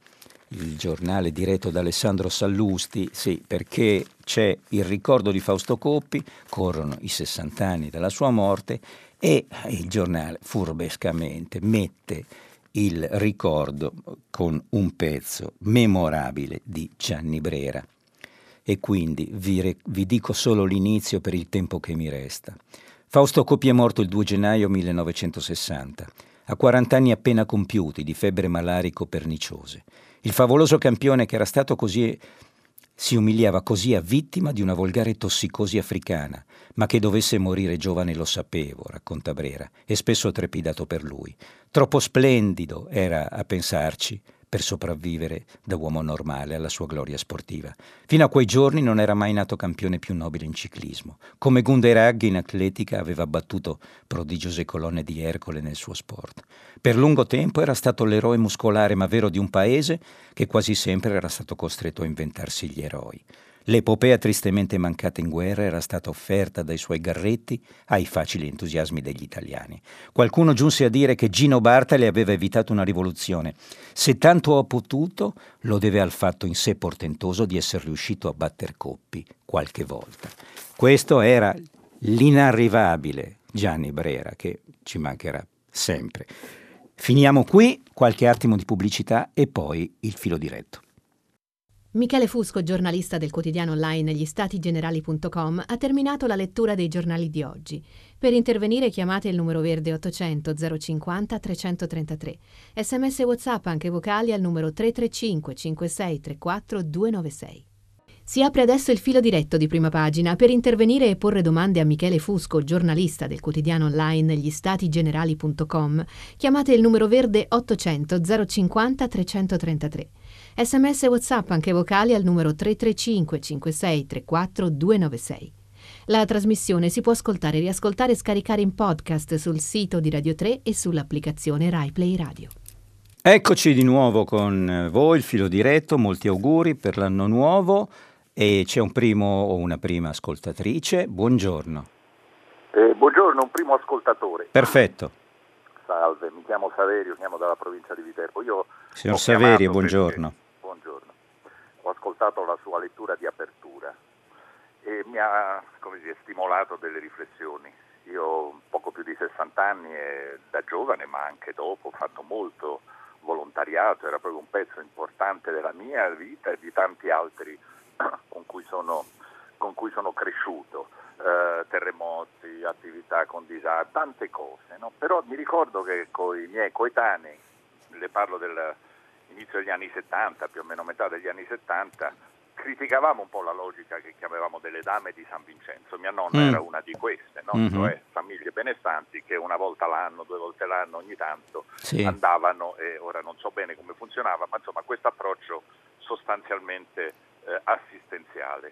diretto da Alessandro Sallusti, sì, perché c'è il ricordo di Fausto Coppi, corrono i 60 anni dalla sua morte e il giornale furbescamente mette il ricordo con un pezzo memorabile di Gianni Brera. E quindi vi dico solo l'inizio per il tempo che mi resta. Fausto Coppi è morto il 2 gennaio 1960, a 40 anni appena compiuti di febbre malarico perniciose. Il favoloso campione che era stato così si umiliava così a vittima di una volgare tossicosi africana, ma che dovesse morire giovane lo sapevo, racconta Brera, e spesso ho trepidato per lui. Troppo splendido era, a pensarci, per sopravvivere da uomo normale alla sua gloria sportiva. Fino a quei giorni non era mai nato campione più nobile in ciclismo. Come Gunderhag in atletica aveva battuto prodigiose colonne di Ercole nel suo sport. Per lungo tempo era stato l'eroe muscolare ma vero di un paese che quasi sempre era stato costretto a inventarsi gli eroi. L'epopea tristemente mancata in guerra era stata offerta dai suoi garretti ai facili entusiasmi degli italiani. Qualcuno giunse a dire che Gino Bartali aveva evitato una rivoluzione. Se tanto ha potuto, lo deve al fatto in sé portentoso di essere riuscito a batter Coppi qualche volta. Questo era l'inarrivabile Gianni Brera, che ci mancherà sempre. Finiamo qui, qualche attimo di pubblicità e poi il filo diretto. Michele Fusco, giornalista del quotidiano online gli statigenerali.com, ha terminato la lettura dei giornali di oggi. Per intervenire chiamate il numero verde 800 050 333. SMS e WhatsApp anche vocali al numero 335 56 34 296. Si apre adesso il filo diretto di Prima Pagina. Per intervenire e porre domande a Michele Fusco, giornalista del quotidiano online gli statigenerali.com, chiamate il numero verde 800 050 333. SMS e WhatsApp anche vocali al numero 335 56 34 296. La trasmissione si può ascoltare, riascoltare e scaricare in podcast sul sito di Radio 3 e sull'applicazione Rai Play Radio. Eccoci di nuovo con voi, il filo diretto, molti auguri per l'anno nuovo. E c'è un primo o una prima ascoltatrice. Buongiorno. Buongiorno, un primo ascoltatore. Perfetto. Salve, mi chiamo Saverio, chiamo dalla provincia di Viterbo. Signor Saverio, buongiorno. Buongiorno. Ho ascoltato la sua lettura di apertura e mi ha, stimolato delle riflessioni. Io ho poco più di 60 anni e da giovane, ma anche dopo, ho fatto molto volontariato, era proprio un pezzo importante della mia vita e di tanti altri con cui sono cresciuto, terremoti, attività con disagi, tante cose, no? Però mi ricordo che con i miei coetanei, le parlo dell'inizio degli anni 70, più o meno metà degli anni 70, criticavamo un po' la logica che chiamavamo delle dame di San Vincenzo. Mia nonna era una di queste, no? Cioè famiglie benestanti che una volta l'anno, 2 volte l'anno, ogni tanto andavano, e ora non so bene come funzionava, ma insomma questo approccio sostanzialmente assistenziale.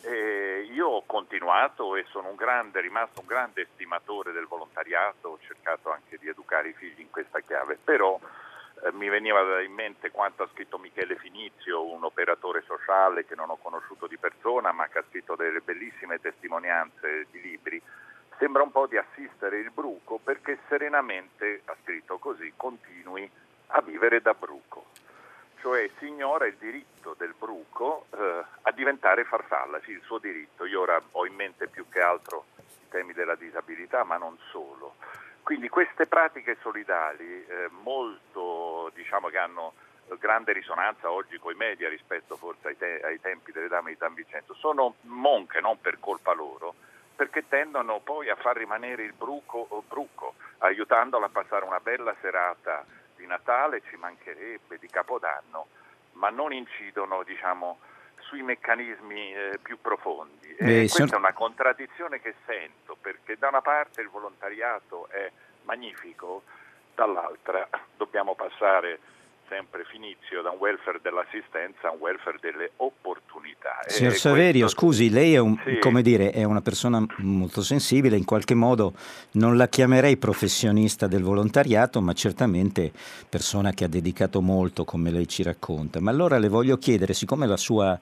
Io ho continuato e sono rimasto un grande estimatore del volontariato, ho cercato anche di educare i figli in questa chiave, però mi veniva in mente quanto ha scritto Michele Finizio, un operatore sociale che non ho conosciuto di persona ma che ha scritto delle bellissime testimonianze di libri. Sembra un po' di assistere il bruco perché serenamente, ha scritto così, continui a vivere da bruco. Cioè si ignora il diritto del bruco a diventare farfalla, sì, il suo diritto. Io ora ho in mente più che altro i temi della disabilità, ma non solo. Quindi queste pratiche solidali, molto, che hanno grande risonanza oggi coi media rispetto forse ai tempi delle dame di San Vincenzo, sono monche, non per colpa loro, perché tendono poi a far rimanere il bruco, aiutandolo a passare una bella serata di Natale, ci mancherebbe, di Capodanno, ma non incidono, sui meccanismi più profondi. Questa è una contraddizione che sento, perché da una parte il volontariato è magnifico, dall'altra dobbiamo passare sempre Finizio da un welfare dell'assistenza a un welfare delle opportunità. Signor Saverio, scusi, lei è è una persona molto sensibile, in qualche modo non la chiamerei professionista del volontariato, ma certamente persona che ha dedicato molto, come lei ci racconta. Ma allora le voglio chiedere, siccome la sua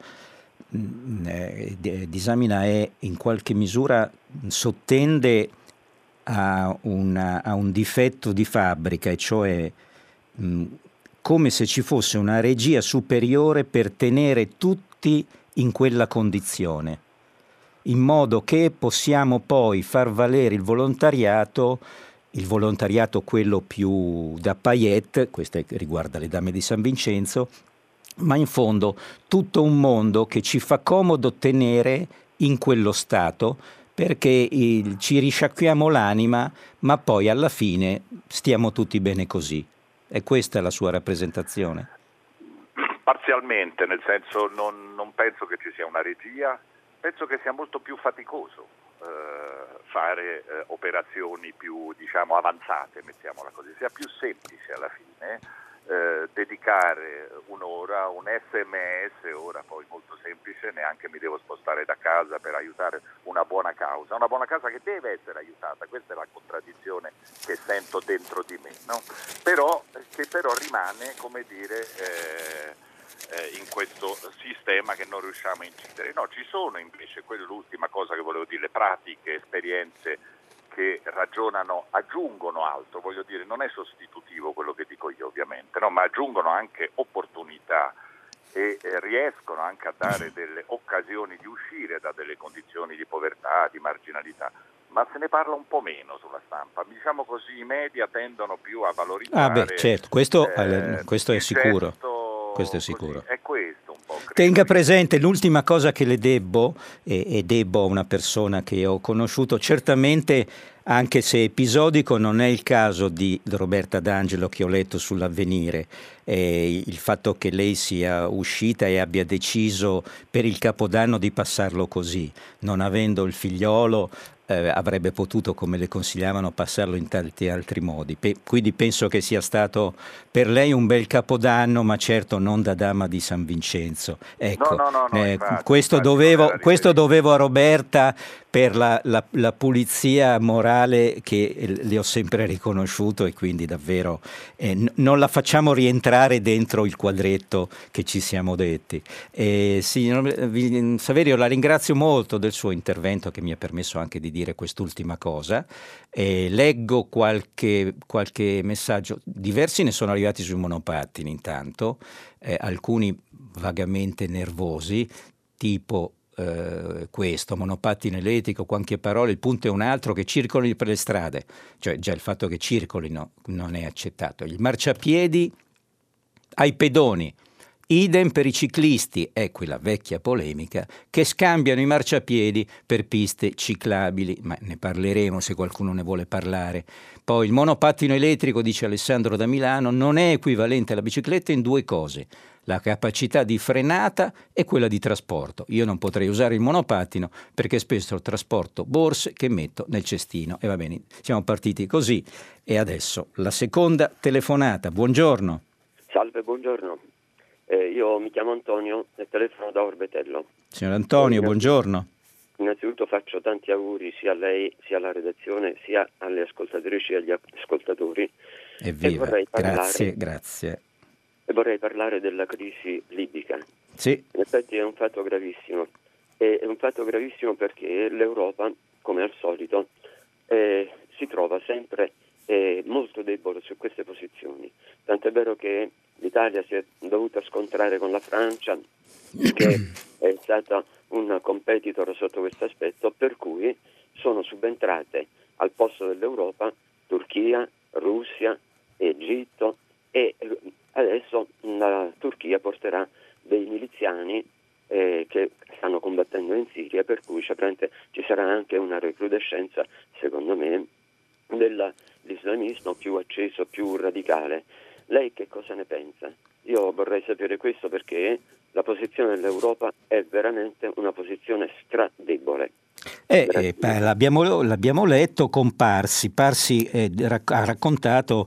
disamina è in qualche misura sottende a un difetto di fabbrica, e cioè come se ci fosse una regia superiore per tenere tutti in quella condizione, in modo che possiamo poi far valere il volontariato quello più da paillette, questo riguarda le dame di San Vincenzo, ma in fondo tutto un mondo che ci fa comodo tenere in quello stato, perché ci risciacquiamo l'anima, ma poi alla fine stiamo tutti bene così. È questa la sua rappresentazione? Parzialmente, nel senso non penso che ci sia una regia, penso che sia molto più faticoso fare operazioni più avanzate, mettiamola così, sia più semplice alla fine dedicare un'ora, un SMS, ora poi molto semplice, neanche mi devo spostare da casa per aiutare una buona causa che deve essere aiutata. Questa è la contraddizione che sento dentro di me, no? Che però rimane, in questo sistema che non riusciamo a incidere. No, ci sono invece, quella è l'ultima cosa che volevo dire, le pratiche, esperienze che aggiungono altro, non è sostitutivo quello che dico io ovviamente, no? Ma aggiungono anche opportunità e riescono anche a dare delle occasioni di uscire da delle condizioni di povertà, di marginalità, ma se ne parla un po' meno sulla stampa. I media tendono più a valorizzare. Certo, questo è sicuro. Questo è sicuro. È questo un po' Tenga presente l'ultima cosa che le debbo, e debbo a una persona che ho conosciuto, certamente, anche se episodico, non è il caso di Roberta D'Angelo che ho letto sull'Avvenire. Il fatto che lei sia uscita e abbia deciso per il Capodanno di passarlo così, non avendo il figliolo, avrebbe potuto, come le consigliavano, passarlo in tanti altri modi. Quindi penso che sia stato per lei un bel Capodanno, ma certo non da dama di San Vincenzo. Ecco, No, infatti, questo dovevo a Roberta per la pulizia morale che le ho sempre riconosciuto, e quindi davvero non la facciamo rientrare dentro il quadretto che ci siamo detti. Saverio, la ringrazio molto del suo intervento, che mi ha permesso anche di dire quest'ultima cosa. Leggo qualche messaggio, diversi ne sono arrivati sui monopattini intanto, alcuni vagamente nervosi, tipo questo: monopattino elettrico, qualche parola, il punto è un altro, che circolino per le strade, cioè già il fatto che circolino non è accettato. Il marciapiedi ai pedoni, idem per i ciclisti, ecco la vecchia polemica, che scambiano i marciapiedi per piste ciclabili, ma ne parleremo se qualcuno ne vuole parlare. Poi il monopattino elettrico, dice Alessandro da Milano, non è equivalente alla bicicletta in due cose: la capacità di frenata e quella di trasporto. Io non potrei usare il monopattino perché spesso trasporto borse che metto nel cestino. E va bene, siamo partiti così. E adesso la seconda telefonata. Buongiorno. Salve, buongiorno. Io mi chiamo Antonio e telefono da Orbetello. Signor Antonio, buongiorno. Innanzitutto faccio tanti auguri sia a lei, sia alla redazione, sia alle ascoltatrici e agli ascoltatori. Evviva, grazie. E vorrei parlare della crisi libica. Sì. In effetti è un fatto gravissimo. È un fatto gravissimo perché l'Europa, come al solito, si trova sempre molto debole su queste posizioni. Tant'è vero che l'Italia si è dovuta scontrare con la Francia, che è stata un competitor sotto questo aspetto, per cui sono subentrate al posto dell'Europa Turchia, Russia, Egitto, e adesso la Turchia porterà dei miliziani che stanno combattendo in Siria, per cui ci sarà anche una recrudescenza, secondo me, dell'islamismo più acceso, più radicale. Lei che cosa ne pensa? Io vorrei sapere questo, perché la posizione dell'Europa è veramente una posizione stradebole. L'abbiamo letto con Parsi. Parsi ha raccontato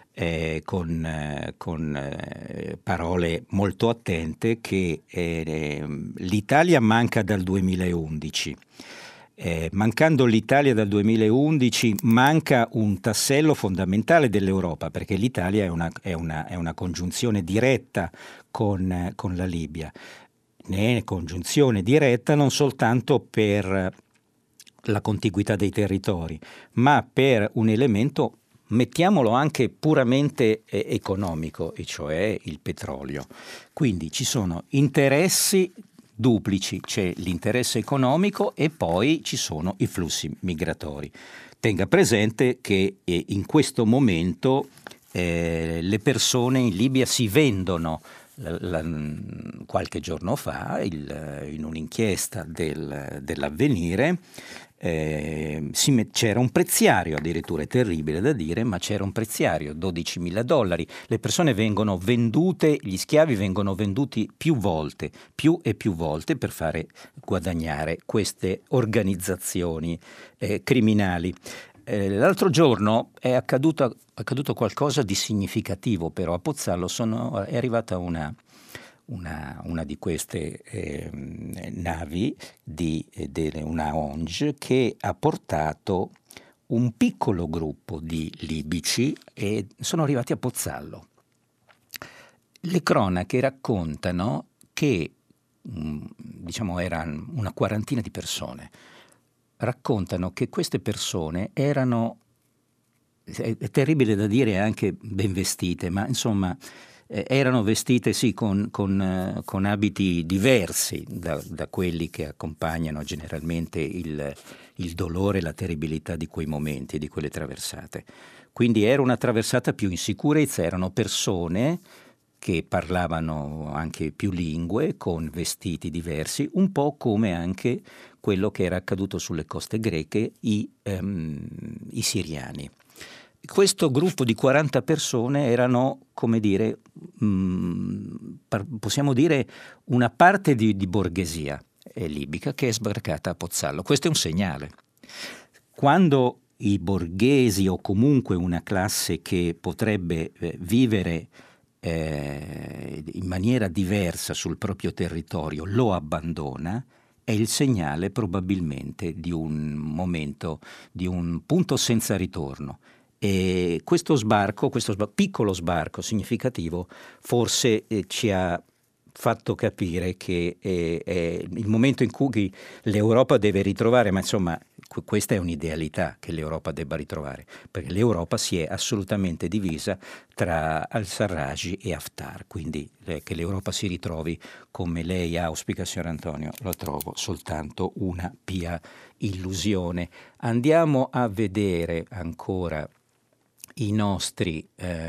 con parole molto attente che l'Italia manca dal 2011. Mancando l'Italia dal 2011 manca un tassello fondamentale dell'Europa, perché l'Italia è una congiunzione diretta con la Libia. Ne è congiunzione diretta non soltanto per la contiguità dei territori, ma per un elemento, mettiamolo anche puramente economico, e cioè il petrolio. Quindi ci sono interessi duplici: c'è l'interesse economico e poi ci sono i flussi migratori. Tenga presente che in questo momento le persone in Libia si vendono. Qualche giorno fa, in un'inchiesta dell'Avvenire, c'era un preziario, addirittura è terribile da dire, ma c'era un preziario, $12.000. Le persone vengono vendute, gli schiavi vengono venduti più e più volte per fare guadagnare queste organizzazioni criminali. L'altro giorno è accaduto qualcosa di significativo, però a Pozzallo è arrivata una di queste navi una ONG, che ha portato un piccolo gruppo di libici e sono arrivati a Pozzallo. Le cronache raccontano che erano una quarantina di persone. Raccontano che queste persone erano, è terribile da dire, anche ben vestite, ma insomma erano vestite sì con abiti diversi da quelli che accompagnano generalmente il dolore e la terribilità di quei momenti e di quelle traversate. Quindi era una traversata più in sicurezza, erano persone che parlavano anche più lingue, con vestiti diversi, un po' come anche quello che era accaduto sulle coste greche, i siriani. Questo gruppo di 40 persone erano, come dire, possiamo dire una parte di borghesia libica che è sbarcata a Pozzallo. Questo è un segnale. Quando i borghesi o comunque una classe che potrebbe vivere in maniera diversa sul proprio territorio lo abbandona, è il segnale probabilmente di un momento, di un punto senza ritorno. E questo piccolo sbarco significativo forse ci ha fatto capire che è il momento in cui l'Europa deve ritrovare, ma insomma questa è un'idealità che l'Europa debba ritrovare, perché l'Europa si è assolutamente divisa tra al-Sarraj e Haftar, quindi che l'Europa si ritrovi come lei auspica, signor Antonio, lo trovo soltanto una pia illusione. Andiamo a vedere ancora i nostri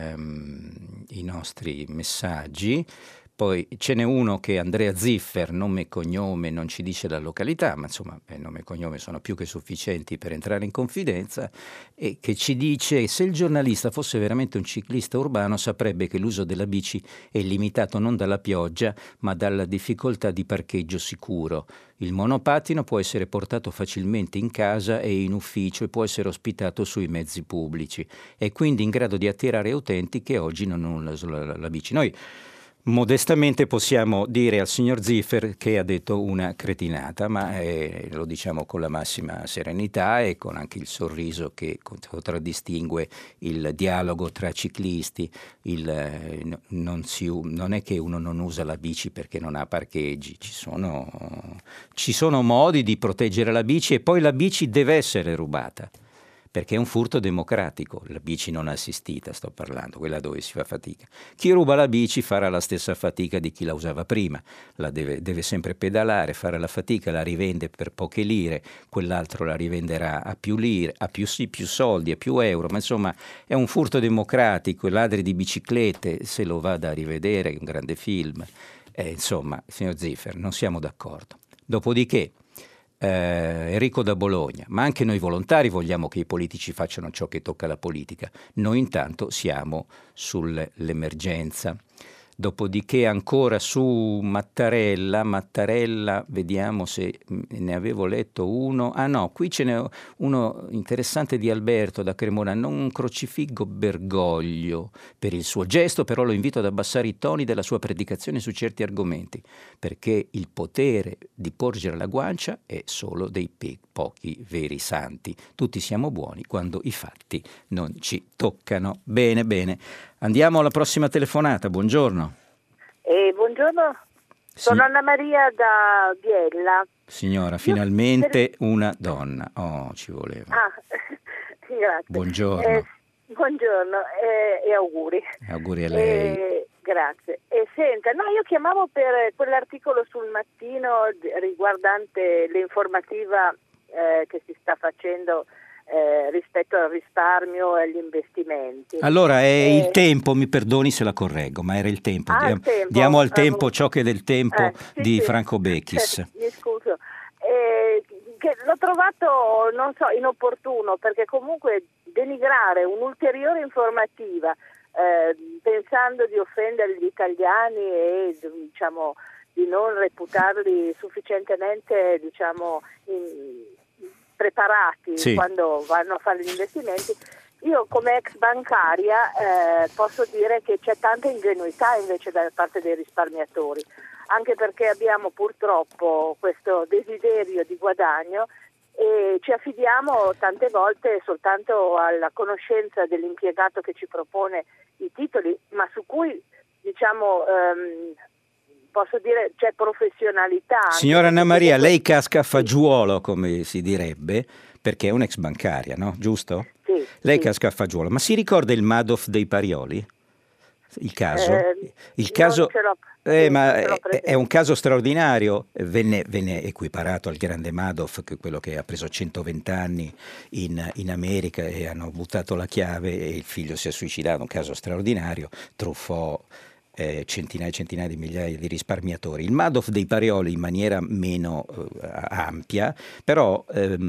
messaggi. Poi ce n'è uno che Andrea Ziffer, nome e cognome, non ci dice la località, ma insomma nome e cognome sono più che sufficienti per entrare in confidenza, e che ci dice: se il giornalista fosse veramente un ciclista urbano saprebbe che l'uso della bici è limitato non dalla pioggia ma dalla difficoltà di parcheggio sicuro. Il monopattino può essere portato facilmente in casa e in ufficio e può essere ospitato sui mezzi pubblici, è quindi in grado di attirare utenti che oggi non hanno la bici. Noi modestamente possiamo dire al signor Ziffer che ha detto una cretinata, ma lo diciamo con la massima serenità e con anche il sorriso che contraddistingue il dialogo tra ciclisti. Non è che uno non usa la bici perché non ha parcheggi, ci sono modi di proteggere la bici, e poi la bici deve essere rubata, perché è un furto democratico, la bici non assistita sto parlando, quella dove si fa fatica. Chi ruba la bici farà la stessa fatica di chi la usava prima, la deve sempre pedalare, fare la fatica, la rivende per poche lire, quell'altro la rivenderà a più lire, a più soldi, a più euro, ma insomma è un furto democratico. I ladri di biciclette, se lo vada a rivedere, è un grande film. Insomma, signor Ziffer, non siamo d'accordo. Dopodiché, Enrico da Bologna, ma anche noi volontari vogliamo che i politici facciano ciò che tocca alla politica. Noi intanto siamo sull'emergenza. Dopodiché ancora su Mattarella, vediamo se ne avevo letto uno. Ah no, qui ce n'è uno interessante di Alberto da Cremona: non crocifiggo Bergoglio per il suo gesto, però lo invito ad abbassare i toni della sua predicazione su certi argomenti, perché il potere di porgere la guancia è solo dei pochi veri santi. Tutti siamo buoni quando i fatti non ci toccano. Bene, bene. Andiamo alla prossima telefonata, buongiorno. Buongiorno, sono Anna Maria da Biella. Signora, finalmente una donna. Oh, ci voleva. Grazie. Buongiorno. Buongiorno e auguri. Auguri a lei. Grazie. Senta, no, io chiamavo per quell'articolo sul Mattino riguardante l'informativa che si sta facendo rispetto al risparmio e agli investimenti. Allora è il tempo, mi perdoni se la correggo, ma era il tempo. Diamo al tempo ciò che è del tempo di Franco Bechis. Mi scuso. Che l'ho trovato, non so, inopportuno, perché comunque denigrare un'ulteriore informativa pensando di offendere gli italiani e diciamo di non reputarli sufficientemente preparati quando vanno a fare gli investimenti. Io come ex bancaria posso dire che c'è tanta ingenuità invece da parte dei risparmiatori, anche perché abbiamo purtroppo questo desiderio di guadagno e ci affidiamo tante volte soltanto alla conoscenza dell'impiegato che ci propone i titoli, ma su cui posso dire c'è professionalità. Signora Anna Maria, lei casca a fagiolo, come si direbbe, perché è un'ex bancaria, no? Giusto? Sì. Lei casca a fagiolo, ma si ricorda il Madoff dei Parioli? Il caso? Ma è un caso straordinario, venne equiparato al grande Madoff, che è quello che ha preso 120 anni in America e hanno buttato la chiave e il figlio si è suicidato, un caso straordinario. Truffaut centinaia e centinaia di migliaia di risparmiatori. Il Madoff dei Parioli in maniera meno ampia, però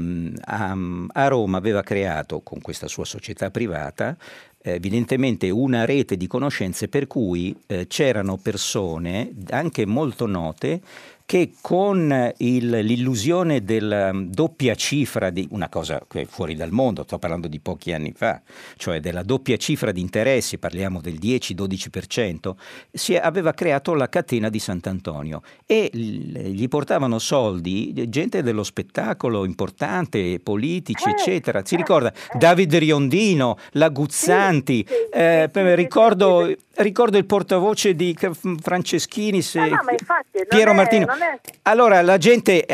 a Roma aveva creato con questa sua società privata evidentemente una rete di conoscenze per cui c'erano persone anche molto note che con l'illusione della doppia cifra di una cosa che è fuori dal mondo, sto parlando di pochi anni fa, cioè della doppia cifra di interessi, parliamo del 10-12%, aveva creato la catena di Sant'Antonio e gli portavano soldi gente dello spettacolo importante, politici, eccetera. Si ricorda David Riondino, la Guzzanti, ricordo il portavoce di Franceschini, Piero Martino. Allora la gente,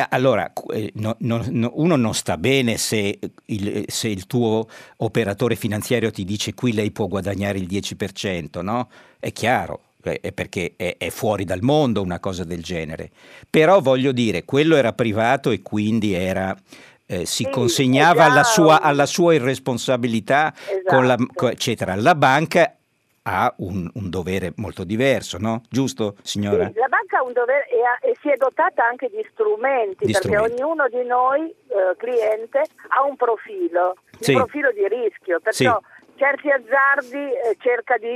uno non sta bene se il tuo operatore finanziario ti dice qui lei può guadagnare il 10%, no? È chiaro, è perché è fuori dal mondo una cosa del genere. Però voglio dire, quello era privato e quindi era si consegnava alla sua irresponsabilità, esatto. eccetera. La banca ha un dovere molto diverso, no? Giusto, signora? Sì, la banca ha un dovere e si è dotata anche di strumenti, perché ognuno di noi, cliente, ha un profilo di rischio, perciò certi azzardi cerca di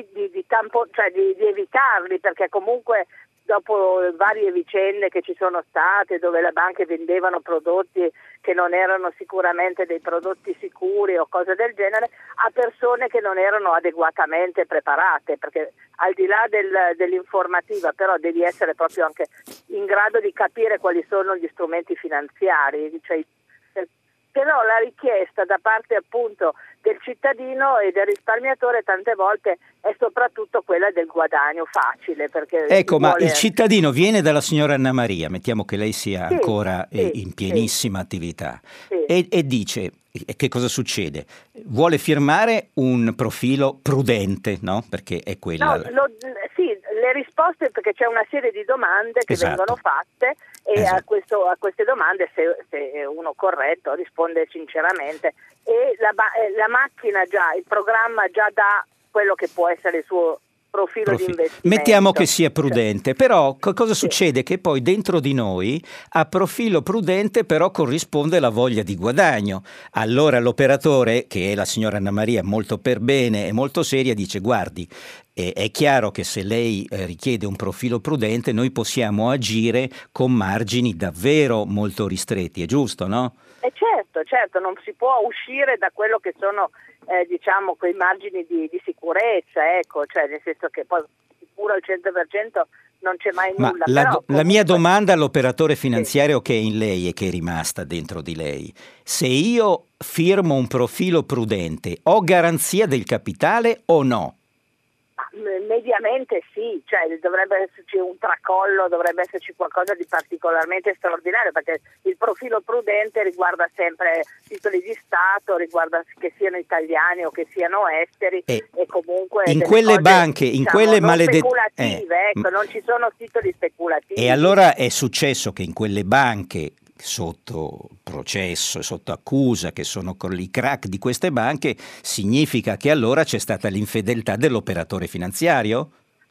evitarli, perché comunque dopo varie vicende che ci sono state, dove le banche vendevano prodotti che non erano sicuramente dei prodotti sicuri o cose del genere, a persone che non erano adeguatamente preparate, perché al di là dell'informativa però devi essere proprio anche in grado di capire quali sono gli strumenti finanziari, cioè, però la richiesta da parte appunto del cittadino e del risparmiatore tante volte è soprattutto quella del guadagno facile. Perché ecco, ma il cittadino viene dalla signora Anna Maria, mettiamo che lei sia ancora in pienissima attività, e dice, che cosa succede? Vuole firmare un profilo prudente, no? Perché è quella... le risposte, perché c'è una serie di domande che vengono fatte e a queste domande se uno corretto risponde sinceramente e la macchina il programma già dà quello che può essere il suo profilo di investimento. Mettiamo che sia prudente, però cosa succede? Che poi dentro di noi a profilo prudente però corrisponde la voglia di guadagno. Allora l'operatore, che è la signora Anna Maria, molto per bene e molto seria, dice: guardi, è chiaro che se lei richiede un profilo prudente noi possiamo agire con margini davvero molto ristretti, è giusto, no? Certo, non si può uscire da quello che sono quei margini di sicurezza, ecco, cioè nel senso che poi sicuro al 100% non c'è mai nulla. La mia domanda all'operatore finanziario che è in lei e che è rimasta dentro di lei: se io firmo un profilo prudente, ho garanzia del capitale o no? Mediamente sì, cioè dovrebbe esserci un tracollo, dovrebbe esserci qualcosa di particolarmente straordinario, perché il profilo prudente riguarda sempre titoli di Stato, riguarda che siano italiani o che siano esteri e comunque in quelle banche, diciamo, in quelle speculative, non ci sono titoli speculativi. E allora è successo che in quelle banche sotto processo e sotto accusa, che sono con i crack di queste banche, significa che allora c'è stata l'infedeltà dell'operatore finanziario?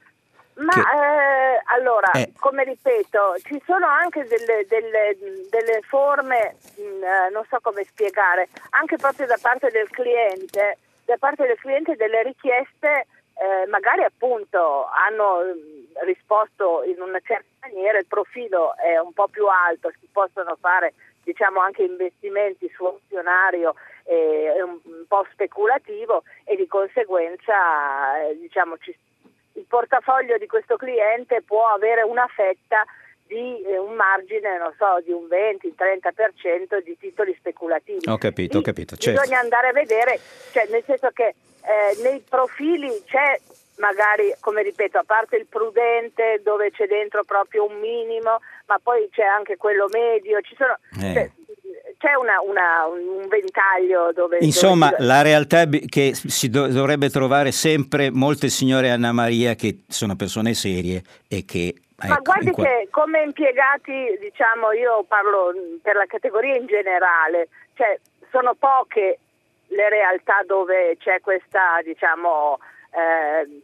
Allora, come ripeto, ci sono anche delle forme, non so come spiegare, anche proprio da parte del cliente delle richieste, magari appunto hanno risposto in una certa maniera, il profilo è un po' più alto, si possono fare diciamo anche investimenti su azionario un po' speculativo e di conseguenza il portafoglio di questo cliente può avere una fetta di un margine, non so, di un 20-30% di titoli speculativi. Ho capito, certo. Bisogna andare a vedere, cioè nel senso che nei profili c'è magari, come ripeto, a parte il prudente dove c'è dentro proprio un minimo, ma poi c'è anche quello medio, ci sono... C'è un ventaglio dove... Insomma, la realtà è che si dovrebbe trovare sempre molte signore Anna Maria che sono persone serie e che... Ma guardi che come impiegati, diciamo, io parlo per la categoria in generale, cioè sono poche le realtà dove c'è questa, diciamo,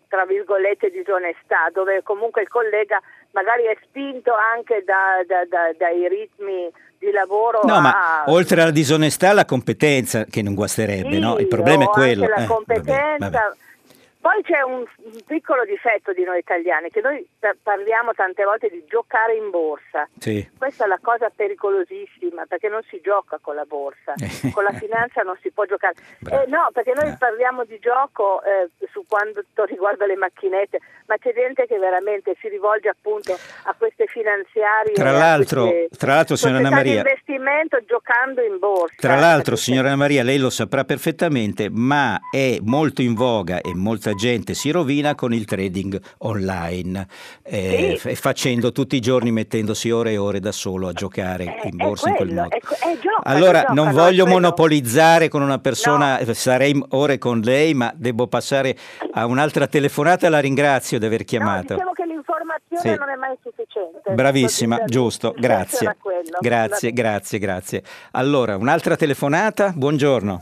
tra virgolette disonestà, dove comunque il collega magari è spinto anche dai ritmi di lavoro. No, ma oltre alla disonestà la competenza, che non guasterebbe, sì, no? Il problema è quello. Anche la competenza. Vabbè. Poi c'è un piccolo difetto di noi italiani, che noi parliamo tante volte di giocare in borsa. Sì. Questa è la cosa pericolosissima, perché non si gioca con la borsa, con la finanza non si può giocare. No, perché noi parliamo di gioco su quanto riguarda le macchinette, ma c'è gente che veramente si rivolge appunto a queste finanziarie. Tra l'altro, signora Anna Maria, di investimento giocando in borsa. Tra l'altro, signora Anna Maria, lei lo saprà perfettamente, ma è molto in voga e molta gente si rovina con il trading online, facendo tutti i giorni, mettendosi ore e ore da solo a giocare in borsa in quel modo. Allora, non voglio monopolizzare con una persona, sarei ore con lei, ma devo passare a un'altra telefonata. La ringrazio di aver chiamato. No, dicevo che l'informazione non è mai sufficiente. Bravissima, giusto, grazie. Grazie. Allora, un'altra telefonata, buongiorno.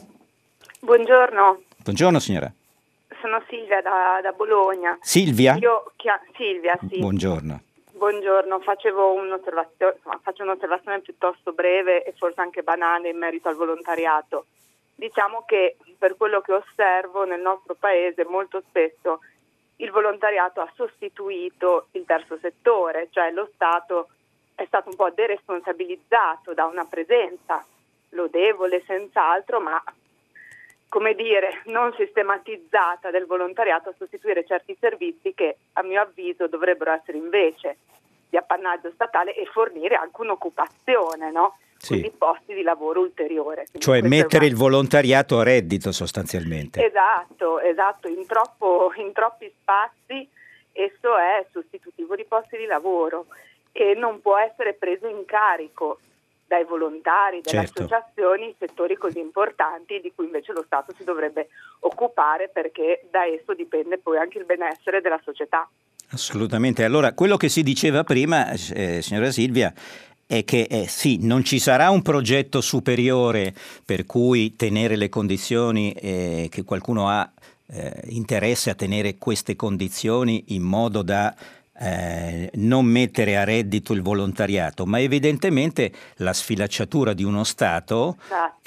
Buongiorno signora. Sono Silvia da Bologna. Silvia? Silvia, sì. Buongiorno. Buongiorno, faccio un'osservazione piuttosto breve e forse anche banale in merito al volontariato. Diciamo che per quello che osservo nel nostro paese molto spesso il volontariato ha sostituito il terzo settore, cioè lo Stato è stato un po' deresponsabilizzato da una presenza lodevole senz'altro, ma come dire, non sistematizzata del volontariato a sostituire certi servizi che a mio avviso dovrebbero essere invece di appannaggio statale e fornire anche un'occupazione, no? Sì. Quindi posti di lavoro ulteriore. Quindi cioè mettere il volontariato a reddito sostanzialmente. Esatto, in troppi spazi esso è sostitutivo di posti di lavoro e non può essere preso in carico dai volontari, dalle associazioni, settori così importanti di cui invece lo Stato si dovrebbe occupare, perché da esso dipende poi anche il benessere della società. Assolutamente. Allora, quello che si diceva prima, signora Silvia, è che sì, non ci sarà un progetto superiore per cui tenere le condizioni che qualcuno ha interesse a tenere queste condizioni in modo da non mettere a reddito il volontariato, ma evidentemente la sfilacciatura di uno Stato,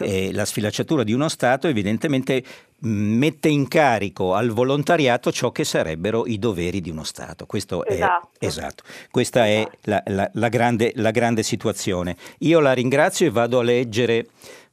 evidentemente mette in carico al volontariato ciò che sarebbero i doveri di uno Stato. Questo esatto. Questa è la grande situazione. Io la ringrazio e vado a leggere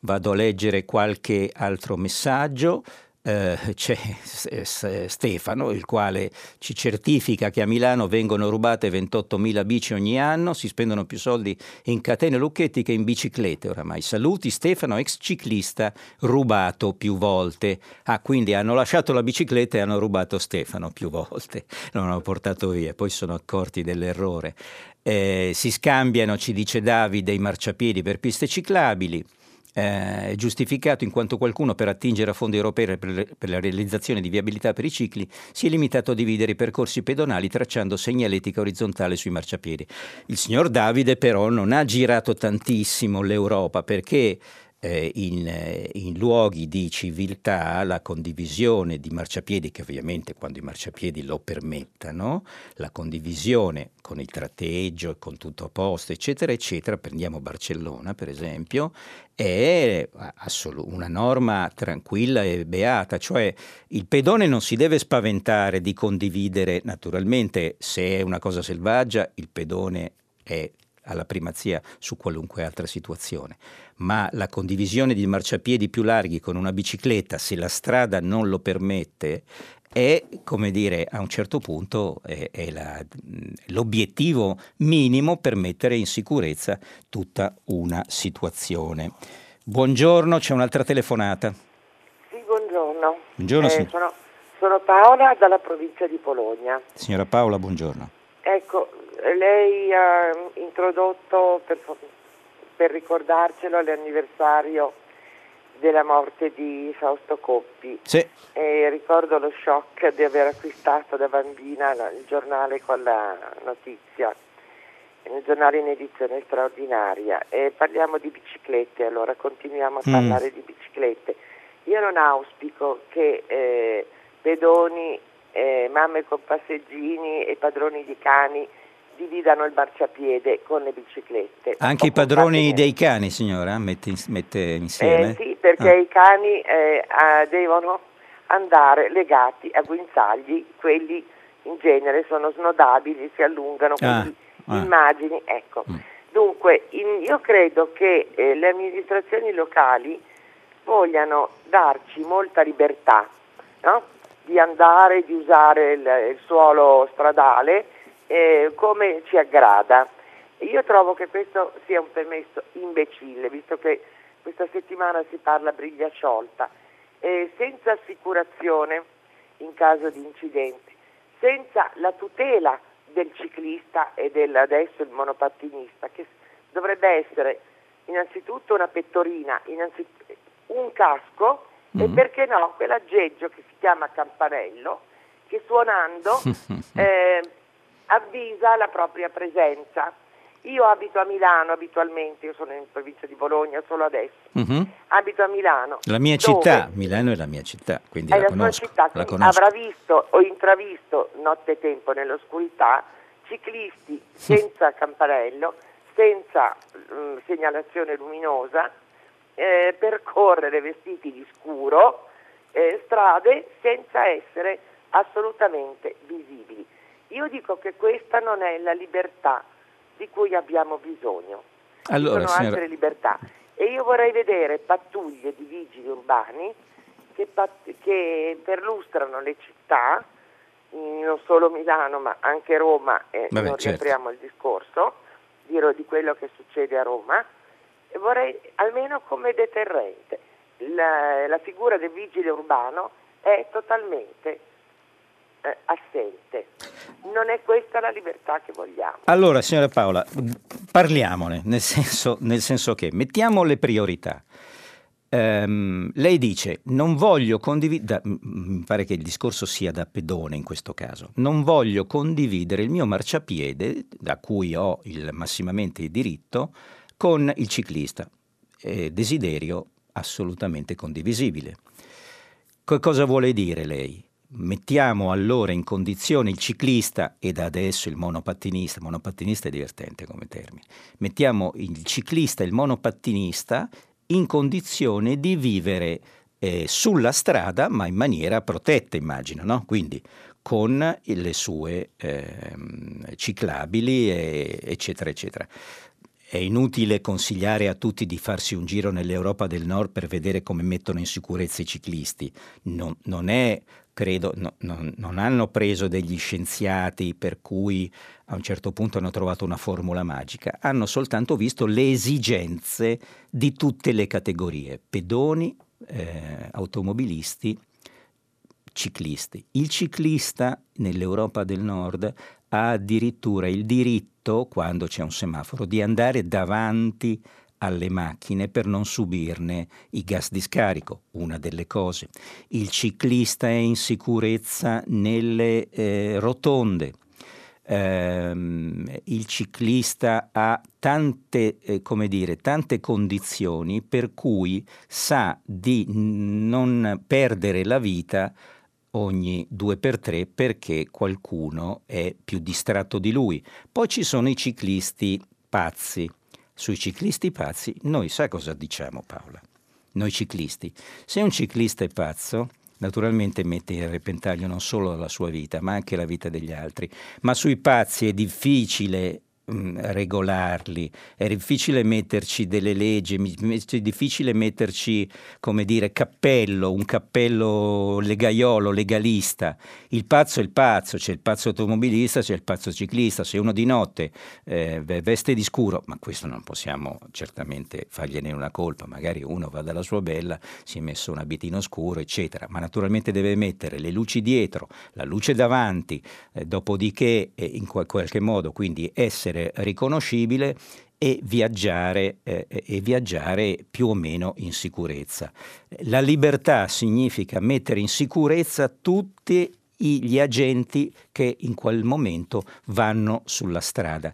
qualche altro messaggio. C'è Stefano, il quale ci certifica che a Milano vengono rubate 28.000 bici ogni anno, si spendono più soldi in catene lucchetti che in biciclette oramai. Saluti Stefano, ex ciclista rubato più volte. Quindi hanno lasciato la bicicletta e hanno rubato Stefano più volte, non hanno portato via, poi sono accorti dell'errore. Si scambiano, ci dice Davide, i marciapiedi per piste ciclabili. È giustificato in quanto qualcuno, per attingere a fondi europei per la realizzazione di viabilità per i cicli, si è limitato a dividere i percorsi pedonali tracciando segnaletica orizzontale sui marciapiedi. Il signor Davide però non ha girato tantissimo l'Europa, perché in luoghi di civiltà la condivisione di marciapiedi, che ovviamente quando i marciapiedi lo permettano, la condivisione con il tratteggio e con tutto a posto eccetera eccetera, prendiamo Barcellona per esempio, è una norma tranquilla e beata, cioè il pedone non si deve spaventare di condividere. Naturalmente se è una cosa selvaggia il pedone è alla primazia su qualunque altra situazione, ma la condivisione di marciapiedi più larghi con una bicicletta, se la strada non lo permette, è, come dire, a un certo punto è l'obiettivo minimo per mettere in sicurezza tutta una situazione. Buongiorno, c'è un'altra telefonata. Sì, buongiorno. Buongiorno, sono Paola dalla provincia di Bologna. Signora Paola, buongiorno. Ecco, lei ha introdotto, per ricordarcelo, l'anniversario della morte di Fausto Coppi. Sì. E ricordo lo shock di aver acquistato da bambina il giornale con la notizia, il giornale in edizione straordinaria. E parliamo di biciclette, allora continuiamo a parlare di biciclette. Io non auspico che pedoni mamme con passeggini e padroni di cani dividano il marciapiede con le biciclette. Anche i padroni dei cani, signora, mette insieme? Sì, perché i cani devono andare legati a guinzagli, quelli in genere sono snodabili, si allungano, quindi immagini, ecco. Dunque, io credo che le amministrazioni locali vogliano darci molta libertà, no? Di andare, di usare il suolo stradale come ci aggrada. Io trovo che questo sia un permesso imbecille, visto che questa settimana si parla briglia sciolta, senza assicurazione in caso di incidenti, senza la tutela del ciclista e adesso il monopattinista, che dovrebbe essere innanzitutto una pettorina, un casco e perché no quell'aggeggio che si chiama campanello, che suonando avvisa la propria presenza. Io abito a Milano abitualmente, io sono in provincia di Bologna solo adesso, abito a Milano. La mia città, Milano è la mia città, quindi la conosco. Sua città, la conosco. Avrà visto o intravisto notte e tempo nell'oscurità ciclisti senza campanello, senza segnalazione luminosa, percorrere vestiti di scuro strade senza essere assolutamente visibili. Io dico che questa non è la libertà di cui abbiamo bisogno. Allora, ci sono altre libertà e io vorrei vedere pattuglie di vigili urbani che perlustrano le città, non solo Milano ma anche Roma, non riapriamo il discorso, dirò di quello che succede a Roma, e vorrei almeno come deterrente. La figura del vigile urbano è totalmente assente. Non è questa la libertà che vogliamo. Allora, signora Paola, parliamone, nel senso che mettiamo le priorità. Lei dice non voglio condividere, mi pare che il discorso sia da pedone in questo caso, non voglio condividere il mio marciapiede, da cui ho massimamente il diritto, con il ciclista. Desiderio assolutamente condivisibile. Cosa vuole dire lei? Mettiamo allora in condizione il ciclista e da adesso il monopattinista è divertente come termine, mettiamo il ciclista e il monopattinista in condizione di vivere sulla strada ma in maniera protetta, immagino, no? Quindi con le sue ciclabili eccetera eccetera. È inutile consigliare a tutti di farsi un giro nell'Europa del Nord per vedere come mettono in sicurezza i ciclisti. Non è, credo, non hanno preso degli scienziati per cui a un certo punto hanno trovato una formula magica. Hanno soltanto visto le esigenze di tutte le categorie: pedoni, automobilisti, ciclisti. Il ciclista nell'Europa del Nord ha addirittura il diritto, quando c'è un semaforo, di andare davanti alle macchine per non subirne i gas di scarico, una delle cose. Il ciclista è in sicurezza nelle rotonde. Il ciclista ha tante condizioni per cui sa di non perdere la vita ogni 2x3 perché qualcuno è più distratto di lui. Poi ci sono i ciclisti pazzi. Sui ciclisti pazzi noi sa cosa diciamo, Paola? Noi ciclisti. Se un ciclista è pazzo, naturalmente mette a repentaglio non solo la sua vita ma anche la vita degli altri. Ma sui pazzi è difficile regolarli, è difficile metterci delle leggi, è difficile metterci, come dire, un cappello legaiolo, legalista. Il pazzo è il pazzo, c'è il pazzo automobilista, c'è il pazzo ciclista. Se uno di notte veste di scuro, ma questo non possiamo certamente fargliene una colpa, magari uno va dalla sua bella, si è messo un abitino scuro eccetera, ma naturalmente deve mettere le luci dietro, la luce davanti, dopodiché in qualche modo quindi essere riconoscibile e viaggiare più o meno in sicurezza. La libertà significa mettere in sicurezza tutti gli agenti che in quel momento vanno sulla strada,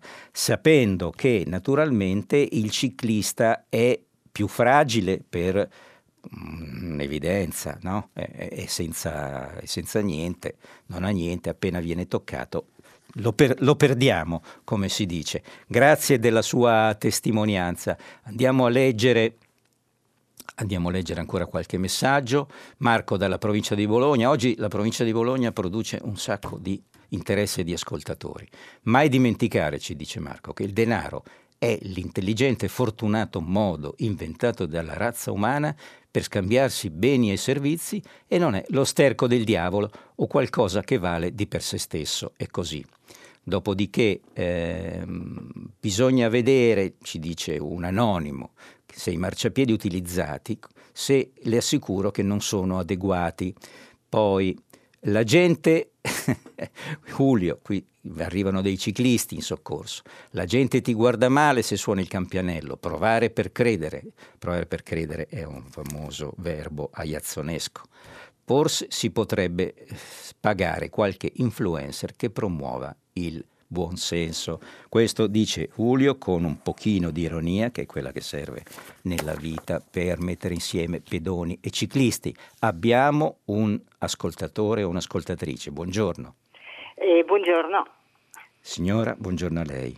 sapendo che naturalmente il ciclista è più fragile per un'evidenza, no? È senza niente, non ha niente, appena viene toccato lo perdiamo, come si dice. Grazie della sua testimonianza. Andiamo a leggere ancora qualche messaggio. Marco dalla provincia di Bologna. Oggi la provincia di Bologna produce un sacco di interesse di ascoltatori. Mai dimenticare, ci dice Marco, che il denaro è l'intelligente e fortunato modo inventato dalla razza umana per scambiarsi beni e servizi e non è lo sterco del diavolo o qualcosa che vale di per sé stesso. È così. Dopodiché bisogna vedere, ci dice un anonimo, se i marciapiedi utilizzati, se le assicuro che non sono adeguati. Poi la gente, Julio, qui arrivano dei ciclisti in soccorso, la gente ti guarda male se suoni il campanello, provare per credere è un famoso verbo aiazzonesco. Forse si potrebbe pagare qualche influencer che promuova il buon senso. Questo dice Julio con un pochino di ironia, che è quella che serve nella vita per mettere insieme pedoni e ciclisti. Abbiamo un ascoltatore o un'ascoltatrice. Buongiorno. Buongiorno. Signora, buongiorno a lei.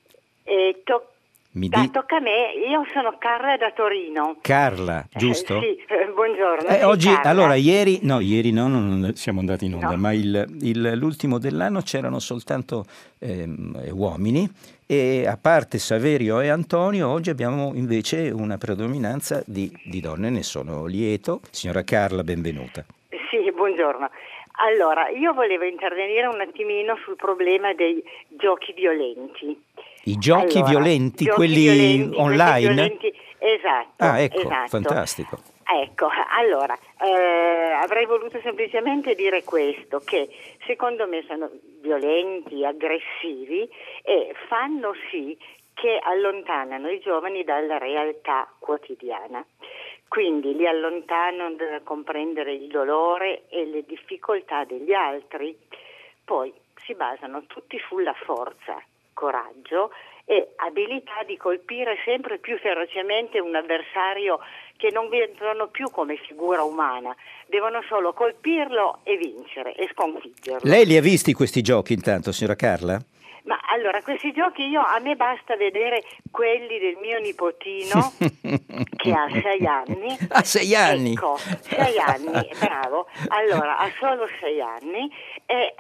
Tocca a me, io sono Carla da Torino. Carla, giusto? Sì, buongiorno. Oggi, Carla. allora, ieri no, non siamo andati in onda, no. Ma l'ultimo dell'anno c'erano soltanto uomini e a parte Saverio e Antonio, oggi abbiamo invece una predominanza di donne, ne sono lieto. Signora Carla, benvenuta. Sì, buongiorno. Allora, io volevo intervenire un attimino sul problema dei giochi violenti. I giochi violenti, quelli online? Esatto. Ah, ecco, esatto. Fantastico. Ecco, allora, avrei voluto semplicemente dire questo, che secondo me sono violenti, aggressivi e fanno sì che allontanano i giovani dalla realtà quotidiana. Quindi li allontanano dal comprendere il dolore e le difficoltà degli altri. Poi si basano tutti sulla forza, coraggio e abilità di colpire sempre più ferocemente un avversario che non vedono più come figura umana, devono solo colpirlo e vincere e sconfiggerlo. Lei li ha visti questi giochi intanto, signora Carla? Ma allora, questi giochi a me basta vedere quelli del mio nipotino che ha 6 anni. Ha 6 anni? Ecco, 6 anni, bravo. Allora, ha solo 6 anni e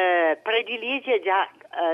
predilige già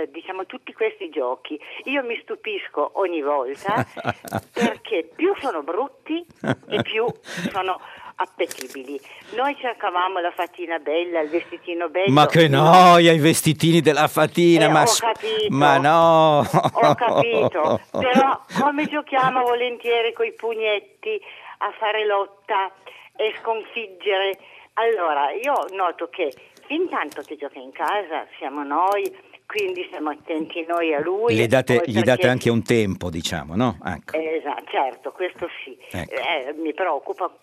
tutti questi giochi. Io mi stupisco ogni volta perché più sono brutti e più sono appetibili. Noi cercavamo la fatina bella, il vestitino bello. Ma che noia, i vestitini della fatina, ho capito, ma no! Ho capito, però come giochiamo volentieri coi pugnetti a fare lotta e sconfiggere. Allora, io noto che fin tanto che gioca in casa siamo noi, quindi siamo attenti noi a lui. Gli date anche un tempo, diciamo, no? Ecco. Esatto, certo, questo sì. Ecco. Mi preoccupa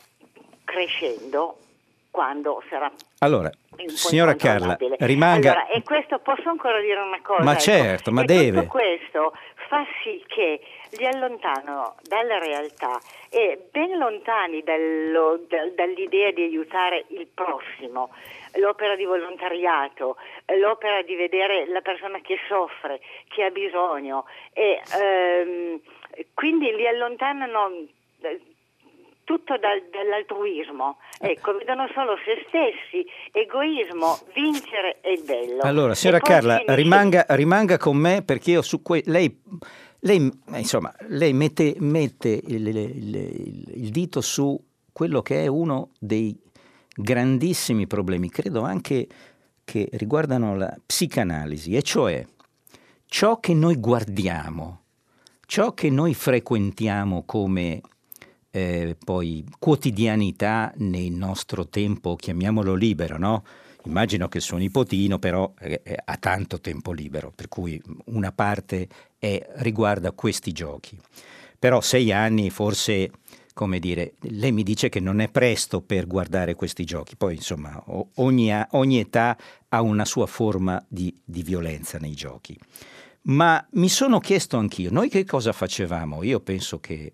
crescendo quando sarà. Allora, signora Carla, rimanga. Allora, e questo posso ancora dire una cosa? Ma certo, ma deve. Tutto questo fa sì che li allontanano dalla realtà e ben lontani dall'idea di aiutare il prossimo, l'opera di volontariato, l'opera di vedere la persona che soffre, che ha bisogno e quindi li allontanano tutto dall'altruismo, ecco, vedono solo se stessi, egoismo, vincere è il bello. Allora, signora Carla, rimanga con me perché io su lei mette il dito su quello che è uno dei grandissimi problemi, credo anche che riguardano la psicanalisi, e cioè ciò che noi guardiamo, ciò che noi frequentiamo come poi quotidianità nel nostro tempo, chiamiamolo libero, no? Immagino che il suo nipotino però ha tanto tempo libero, per cui una parte riguarda questi giochi. Però 6 anni forse, come dire, lei mi dice che non è presto per guardare questi giochi, poi insomma ogni età ha una sua forma di violenza nei giochi. Ma mi sono chiesto anch'io, noi che cosa facevamo? Io penso che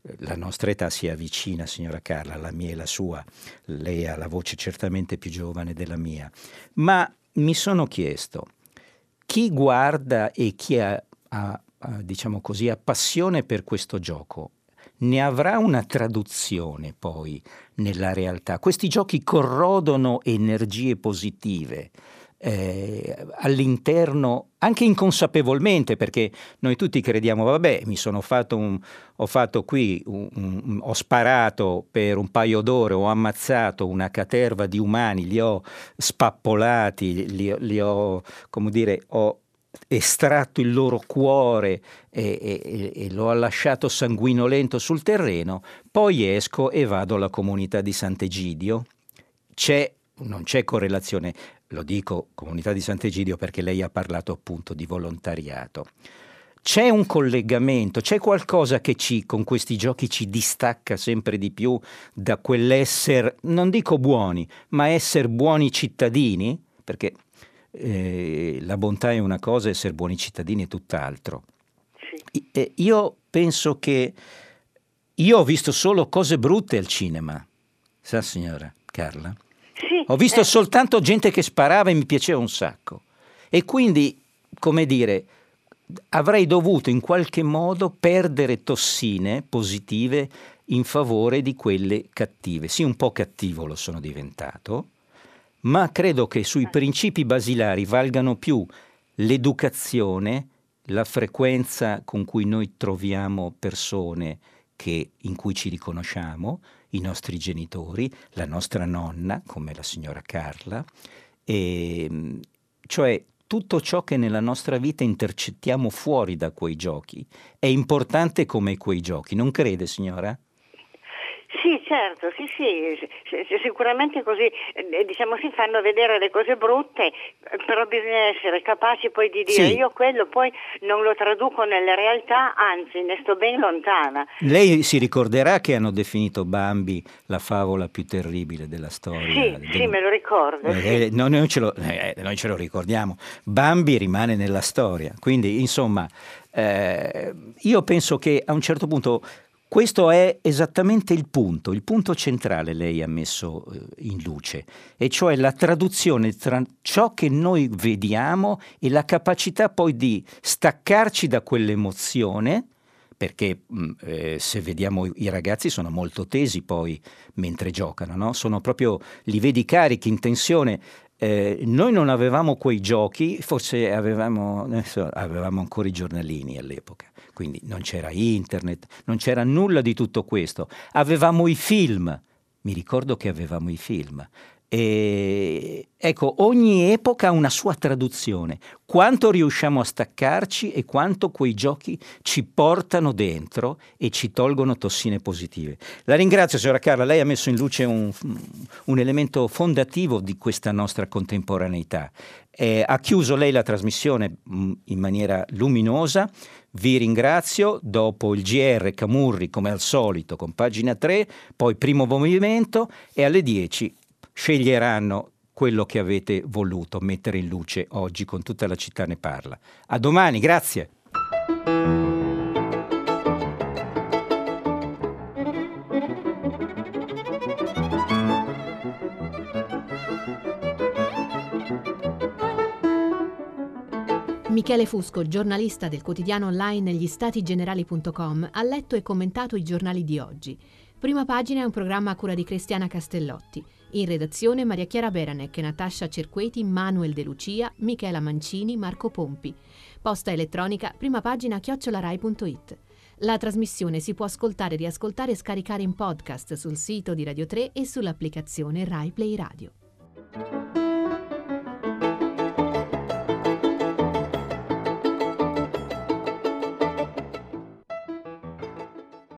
la nostra età si avvicina, signora Carla, la mia e la sua. Lei ha la voce certamente più giovane della mia. Ma mi sono chiesto, chi guarda e chi ha diciamo così, ha passione per questo gioco, ne avrà una traduzione poi nella realtà? Questi giochi corrodono energie positive all'interno, anche inconsapevolmente, perché noi tutti crediamo, vabbè, ho fatto qui, ho sparato per un paio d'ore, ho ammazzato una caterva di umani, li ho spappolati, li ho, come dire, ho estratto il loro cuore e l'ho lasciato sanguinolento sul terreno, poi esco e vado alla comunità di Sant'Egidio. Non c'è correlazione, lo dico comunità di Sant'Egidio perché lei ha parlato appunto di volontariato. C'è un collegamento, c'è qualcosa che con questi giochi ci distacca sempre di più da quell'essere, non dico buoni, ma essere buoni cittadini, perché la bontà è una cosa, essere buoni cittadini è tutt'altro. Sì. Io penso che io ho visto solo cose brutte al cinema, sa signora Carla? Sì, ho visto soltanto gente che sparava e mi piaceva un sacco, e quindi, come dire, avrei dovuto in qualche modo perdere tossine positive in favore di quelle cattive. Sì, un po' cattivo lo sono diventato, ma credo che sui principi basilari valgano più l'educazione, la frequenza con cui noi troviamo persone in cui ci riconosciamo, i nostri genitori, la nostra nonna, come la signora Carla, cioè tutto ciò che nella nostra vita intercettiamo fuori da quei giochi è importante come quei giochi, non crede, signora? Sì, certo, sì, sicuramente così, diciamo, si fanno vedere le cose brutte, però bisogna essere capaci poi di dire sì. Io quello poi non lo traduco nella realtà, anzi ne sto ben lontana. Lei si ricorderà che hanno definito Bambi la favola più terribile della storia? Sì, me lo ricordo. Sì. Noi ce lo ricordiamo, Bambi rimane nella storia, quindi insomma io penso che a un certo punto questo è esattamente il punto centrale lei ha messo in luce, e cioè la traduzione tra ciò che noi vediamo e la capacità poi di staccarci da quell'emozione, perché se vediamo i ragazzi sono molto tesi poi mentre giocano, no? Sono proprio, li vedi carichi, in tensione. Noi non avevamo quei giochi, forse avevamo ancora i giornalini all'epoca, quindi non c'era internet, non c'era nulla di tutto questo. Avevamo i film, mi ricordo che avevamo i film. E ecco, ogni epoca ha una sua traduzione. Quanto riusciamo a staccarci e quanto quei giochi ci portano dentro e ci tolgono tossine positive. La ringrazio, signora Carla, lei ha messo in luce un elemento fondativo di questa nostra contemporaneità. Ha chiuso lei la trasmissione in maniera luminosa. Vi ringrazio. Dopo il GR Camurri, come al solito, con Pagina 3, poi Primo Movimento, e alle 10 sceglieranno quello che avete voluto mettere in luce oggi con Tutta la città ne parla. A domani, grazie. Michele Fusco, giornalista del quotidiano online gli-stati-generali.com, ha letto e commentato i giornali di oggi. Prima Pagina è un programma a cura di Cristiana Castellotti. In redazione Maria Chiara Beranec, Natascia Cerqueti, Manuel De Lucia, Michela Mancini, Marco Pompi. Posta elettronica primapagina@rai.it. La trasmissione si può ascoltare, riascoltare e scaricare in podcast sul sito di Radio 3 e sull'applicazione Rai Play Radio.